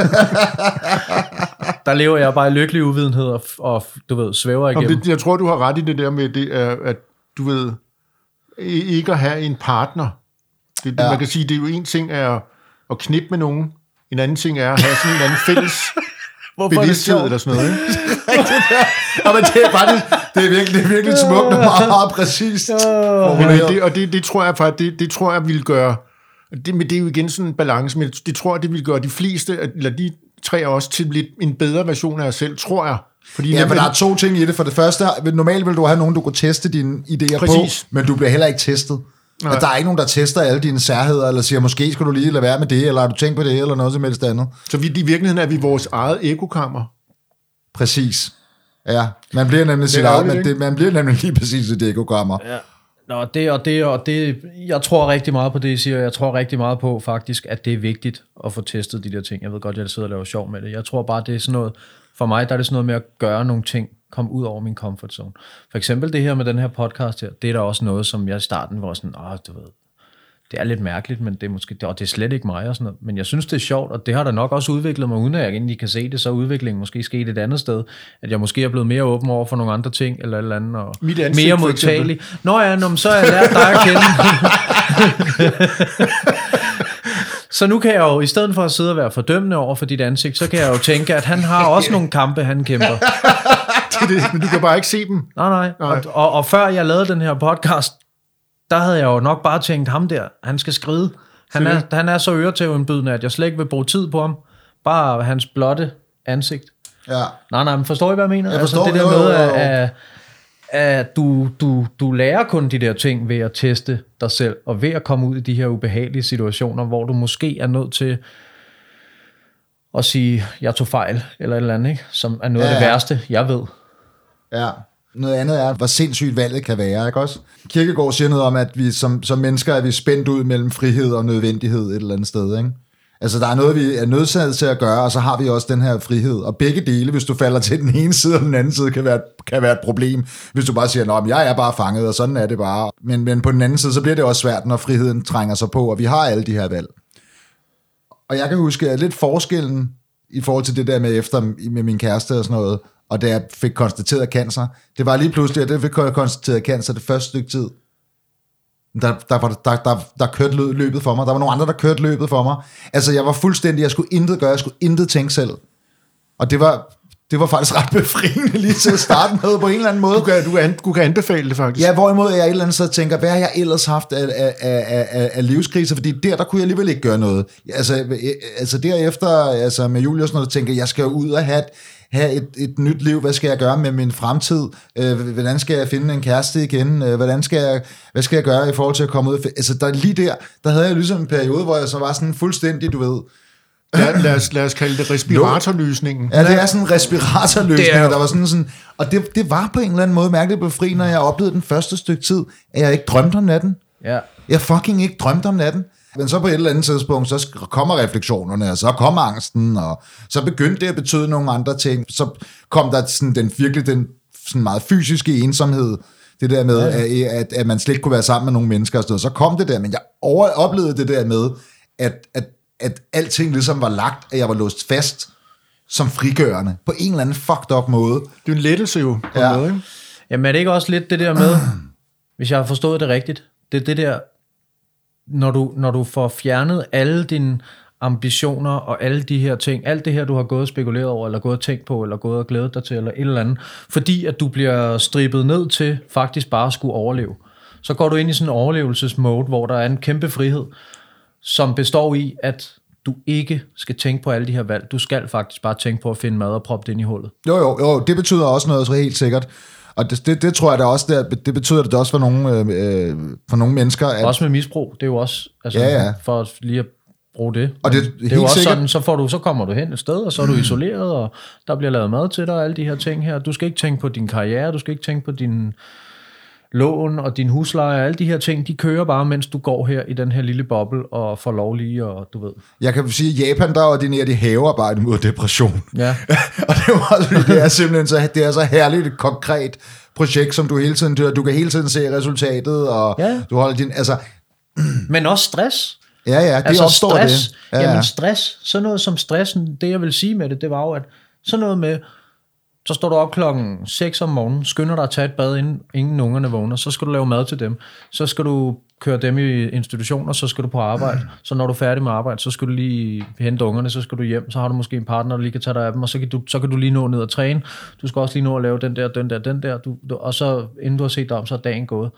Der lever jeg bare i lykkelig uvidenhed og, og du ved, svæver igennem. Det, jeg tror, du har ret i det der med, det er, at du ved, ikke at have en partner. Det, ja. Man kan sige, det er jo en ting er at knippe med nogen, en anden ting er at have sådan en anden fælles bevidsthed eller sådan noget. Ikke? Ja, men det er faktisk, det er virkelig, det er virkelig smukt og meget, meget præcist. Men det, og det, det tror jeg faktisk, det, det tror jeg vil gøre, det, men det er jo igen sådan en balance, men det tror jeg, det vil gøre de fleste, eller de tre også til lidt en bedre version af jer selv, tror jeg. Fordi ja, men der er to ting i det. For det første, normalt vil du have nogen, du kan teste dine idéer Præcis. på, men du bliver heller ikke testet. At der er ikke nogen, der tester alle dine særheder, eller siger, måske skulle du lige lade være med det, eller har du tænkt på det, eller noget som helst andet. Så vi, i virkeligheden er vi vores eget ekokammer. Præcis. Ja, man bliver nemlig sit eget, men det, man bliver nemlig lige præcis et ekokammer. Ja. Nå, det og det og det, jeg tror rigtig meget på det, I siger. Jeg tror rigtig meget på faktisk, at det er vigtigt at få testet de der ting. Jeg ved godt, jeg sidder og laver sjov med det. Jeg tror bare, det er sådan noget, for mig der er det sådan noget med at gøre nogle ting, komme ud over min comfort zone. For eksempel det her med den her podcast her, det er der også noget, som jeg i starten var sådan, åh, du ved, det er lidt mærkeligt, men det er måske, og det er slet ikke mig og sådan noget. Men jeg synes, det er sjovt, og det har da nok også udviklet mig, uden at jeg egentlig kan se det, så er udviklingen måske sket et andet sted, at jeg måske er blevet mere åben over for nogle andre ting, eller et eller andet, og mere modtagelig. Nå ja, nå, så har jeg lært dig at kende. Så nu kan jeg jo, i stedet for at sidde og være fordømmende over for dit ansigt, så kan jeg jo tænke, at han har også nogle kampe, han kæmper. Det, det, men du kan bare ikke se dem. Nej, nej. nej. Og, og, og før jeg lavede den her podcast, der havde jeg jo nok bare tænkt, ham der, han skal skride. Han er, han er så øretævindbydende, at jeg slet ikke vil bruge tid på ham. Bare hans blotte ansigt. Ja. Nej, nej, men forstår I, hvad jeg mener? Jeg forstår, altså, det der jo, med, jo, jo. at, at du, du, du lærer kun de der ting ved at teste dig selv, og ved at komme ud i de her ubehagelige situationer, hvor du måske er nødt til at sige, jeg tog fejl, eller et eller andet, ikke? Som er noget ja, af det værste, jeg ved. Ja. Noget andet er, hvor sindssygt valget kan være, ikke også? Kierkegaard siger noget om, at vi som, som mennesker er vi spændt ud mellem frihed og nødvendighed et eller andet sted, ikke? Altså, der er noget, vi er nødsaget til at gøre, og så har vi også den her frihed. Og begge dele, hvis du falder til den ene side og den anden side, kan være, kan være et problem. Hvis du bare siger, nå, men jeg er bare fanget, og sådan er det bare. Men, men på den anden side, så bliver det også svært, når friheden trænger sig på, og vi har alle de her valg. Og jeg kan huske, at lidt forskellen i forhold til det der med efter med min kæreste og sådan noget, og da jeg fik konstateret cancer, det var lige pludselig, at jeg fik konstateret cancer det første stykke tid. Der, der, der, der, der, der kørte løbet for mig. Der var nogle andre, der kørte løbet for mig. Altså, jeg var fuldstændig, jeg skulle intet gøre, jeg skulle intet tænke selv. Og det var, det var faktisk ret befriende lige til at starte med på en eller anden måde. Du kan, du kan, du kan anbefale det faktisk. Ja, hvorimod jeg et eller andet sted tænker, hvad har jeg ellers haft af, af, af, af, af livskriser? Fordi der, der kunne jeg alligevel ikke gøre noget. Altså, altså derefter, altså med Julius, når du tænker, jeg skal ud og have et, have et, et nyt liv, hvad skal jeg gøre med min fremtid, øh, hvordan skal jeg finde en kæreste igen, øh, hvordan skal jeg, hvad skal jeg gøre i forhold til at komme ud, altså der, lige der, der havde jeg ligesom en periode, hvor jeg så var sådan fuldstændig, du ved, lad, lad, os, lad os kalde det respiratorløsningen. Ja, det er sådan en respiratorløsning, er... der var sådan sådan, og det, det var på en eller anden måde mærkeligt befriende, når jeg oplevede den første stykke tid, at jeg ikke drømte om natten. Ja. Jeg fucking ikke drømte om natten. Men så på et eller andet tidspunkt, så kommer refleksionerne, og så kommer angsten, og så begyndte det at betyde nogle andre ting. Så kom der sådan den virkelig den sådan meget fysiske ensomhed, det der med, ja. at, at, at man slet ikke kunne være sammen med nogle mennesker og sådan noget. Så kom det der, men jeg over, oplevede det der med, at, at, at alting ligesom var lagt, at jeg var låst fast som frigørende, på en eller anden fucked up måde. Det er en lettelse jo. På ja. Måde, ikke? Jamen er det ikke også lidt det der med, hvis jeg har forstået det rigtigt, det er det der, Når du, når du får fjernet alle dine ambitioner og alle de her ting, alt det her, du har gået og spekuleret over, eller gået og tænkt på, eller gået og glædet dig til, eller et eller andet, fordi at du bliver strippet ned til faktisk bare at skulle overleve. Så går du ind i sådan en overlevelsesmode, hvor der er en kæmpe frihed, som består i, at du ikke skal tænke på alle de her valg. Du skal faktisk bare tænke på at finde mad og proppe det ind i hullet. Jo, jo, jo, det betyder også noget, så helt sikkert. Og det, det, det tror jeg da også, det, det betyder det også for nogle, øh, for nogle mennesker. At... Også med misbrug, det er jo også, altså, ja, ja. for lige at bruge det. Og det, det er jo også sikkert... sådan, så, får du, så kommer du hen et sted, og så er du isoleret, og der bliver lavet mad til dig, og alle de her ting her. Du skal ikke tænke på din karriere, du skal ikke tænke på din lån og din husleje, og alle de her ting, de kører bare, mens du går her i den her lille boble, og får lov lige, og du ved. Jeg kan sige, at Japan, der ordinerer de havearbejde mod depression. Ja. Og det er også, det er simpelthen så, det er så herligt et konkret projekt, som du hele tiden, du, du kan hele tiden se resultatet, og ja. du holder din, altså... Men også stress. Ja, ja, det altså opstår stress, det. Ja, ja. Jamen stress, sådan noget som stressen, det jeg vil sige med det, det var jo, at sådan noget med, så står du op klokken seks om morgenen, skynder dig at tage et bad, inden ingen ungerne vågner, så skal du lave mad til dem, så skal du køre dem i institutioner, så skal du på arbejde, så når du er færdig med arbejde, så skal du lige hente ungerne, så skal du hjem, så har du måske en partner, der lige kan tage dig af dem, og så kan du, så kan du lige nå ned og træne, du skal også lige nå at lave den der, den der, den der, du, du, og så inden du har set dig om, så er dagen gået.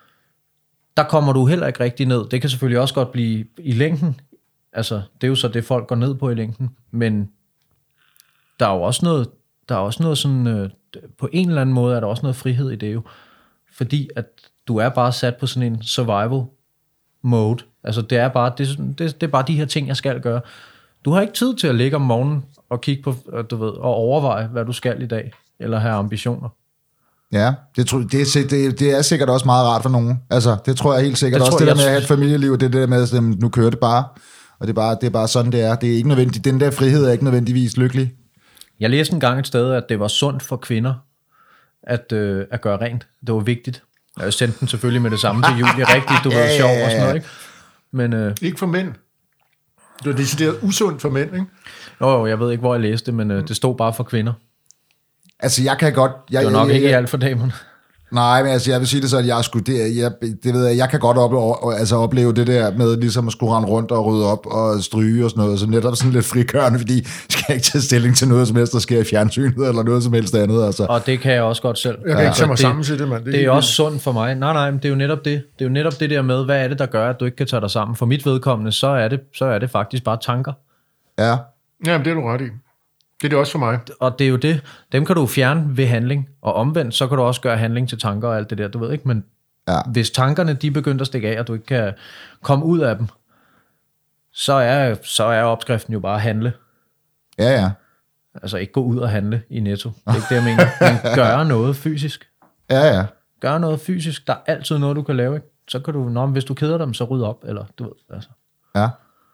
Der kommer du heller ikke rigtig ned. Det kan selvfølgelig også godt blive i længden, altså det er jo så det, folk går ned på i længden, men der er jo også noget, der er også noget sådan, øh, på en eller anden måde er der også noget frihed i det jo, fordi at du er bare sat på sådan en survival mode, altså det er bare, det, det, det er bare de her ting, jeg skal gøre. Du har ikke tid til at ligge om morgenen og kigge på, du ved, og overveje, hvad du skal i dag, eller have ambitioner. Ja, det, det, det, det er sikkert også meget rart for nogen. Altså, det tror jeg helt sikkert det også, det der med at have et familieliv, det er det der med, at nu kører det bare, og det er bare, det er bare sådan, det er. Det er ikke nødvendigt, den der frihed er ikke nødvendigvis lykkelig. Jeg læste en gang et sted, at det var sundt for kvinder at, øh, at gøre rent. Det var vigtigt. Jeg sendte den selvfølgelig med det samme til Julie, rigtig, du ved, sjov og sådan noget, ikke? Men, øh, ikke for mænd. Det er decideret usundt for mænd, ikke? Jo, jeg ved ikke, hvor jeg læste det, men øh, det stod bare for kvinder. Altså, jeg kan godt... Jeg, det var nok jeg, ikke jeg, alt for damerne. Nej, men altså, jeg vil sige det så, at jeg skulle... Det, jeg, det ved jeg, jeg kan godt opleve, altså, opleve det der med ligesom at skulle rende rundt og rydde op og stryge og sådan noget, så netop sådan lidt frikørende, fordi jeg skal ikke tage stilling til noget som helst, der sker i fjernsynet eller noget som helst andet. Altså. Og det kan jeg også godt selv. Jeg kan ja. ikke tage mig sammen til det, mand. Det, det er også sundt for mig. Nej, nej, men det er jo netop det. Det er jo netop det der med, hvad er det, der gør, at du ikke kan tage dig sammen. For mit vedkommende, så er det, så er det faktisk bare tanker. Ja. Jamen, det er du ret i. Det er det også for mig. Og det er jo det. Dem kan du fjerne ved handling. Og omvendt, så kan du også gøre handling til tanker og alt det der, du ved ikke. Men ja. Hvis tankerne, de begynder at stikke af, og du ikke kan komme ud af dem, så er, så er opskriften jo bare at handle. Ja, ja. Altså ikke gå ud og handle i Netto. Det er ikke det, jeg mener. Men gøre noget fysisk. Ja, ja. Gør noget fysisk. Der er altid noget, du kan lave, ikke? Så kan du, nå, hvis du keder dem, så rydde op, eller du ved, altså. Ja.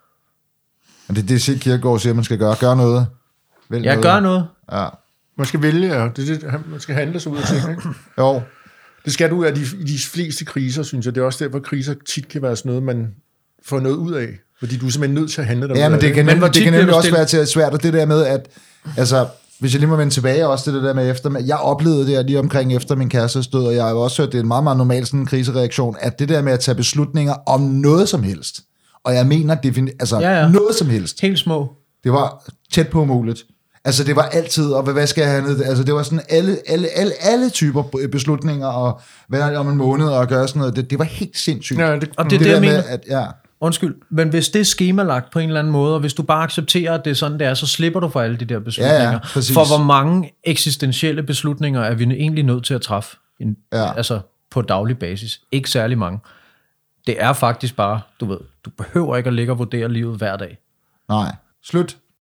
Og det er det, Sid Kierkegaard siger, man skal gøre. Gør noget. Vælg ja, noget. gør noget. Ja. Man skal vælge, ja. Det er det, man skal handle sig ud af ting, ikke? Jo. Det skal du af de, de fleste kriser, synes jeg. Det er også derfor, kriser tit kan være sådan noget, man får noget ud af. Fordi du er simpelthen nødt til at handle dig ja, ud men af det. Kan nemlig, det kan nemlig også stille... være svært, og det der med, at altså, hvis jeg lige må vende tilbage også det der med efter, jeg oplevede det lige omkring efter min kærestes død, og jeg har også hørt, det er en meget, meget normal sådan en krisereaktion, at det der med at tage beslutninger om noget som helst, og jeg mener, defini- altså ja, ja. noget som helst. Helt små. Det var tæt på umuligt. Altså det var altid, og hvad skal jeg have ned? Altså det var sådan alle, alle, alle, alle typer beslutninger, og hvad er det om en måned, og gøre sådan noget. Det, det var helt sindssygt. Ja, det, og det er det, det jeg mener. At, ja. Undskyld, men hvis det er skemalagt på en eller anden måde, og hvis du bare accepterer, at det er sådan, det er, så slipper du for alle de der beslutninger. Ja, ja, for hvor mange eksistentielle beslutninger er vi egentlig nødt til at træffe, en, ja. altså på daglig basis. Ikke særlig mange. Det er faktisk bare, du ved, du behøver ikke at ligge og vurdere livet hver dag. Nej. Slut.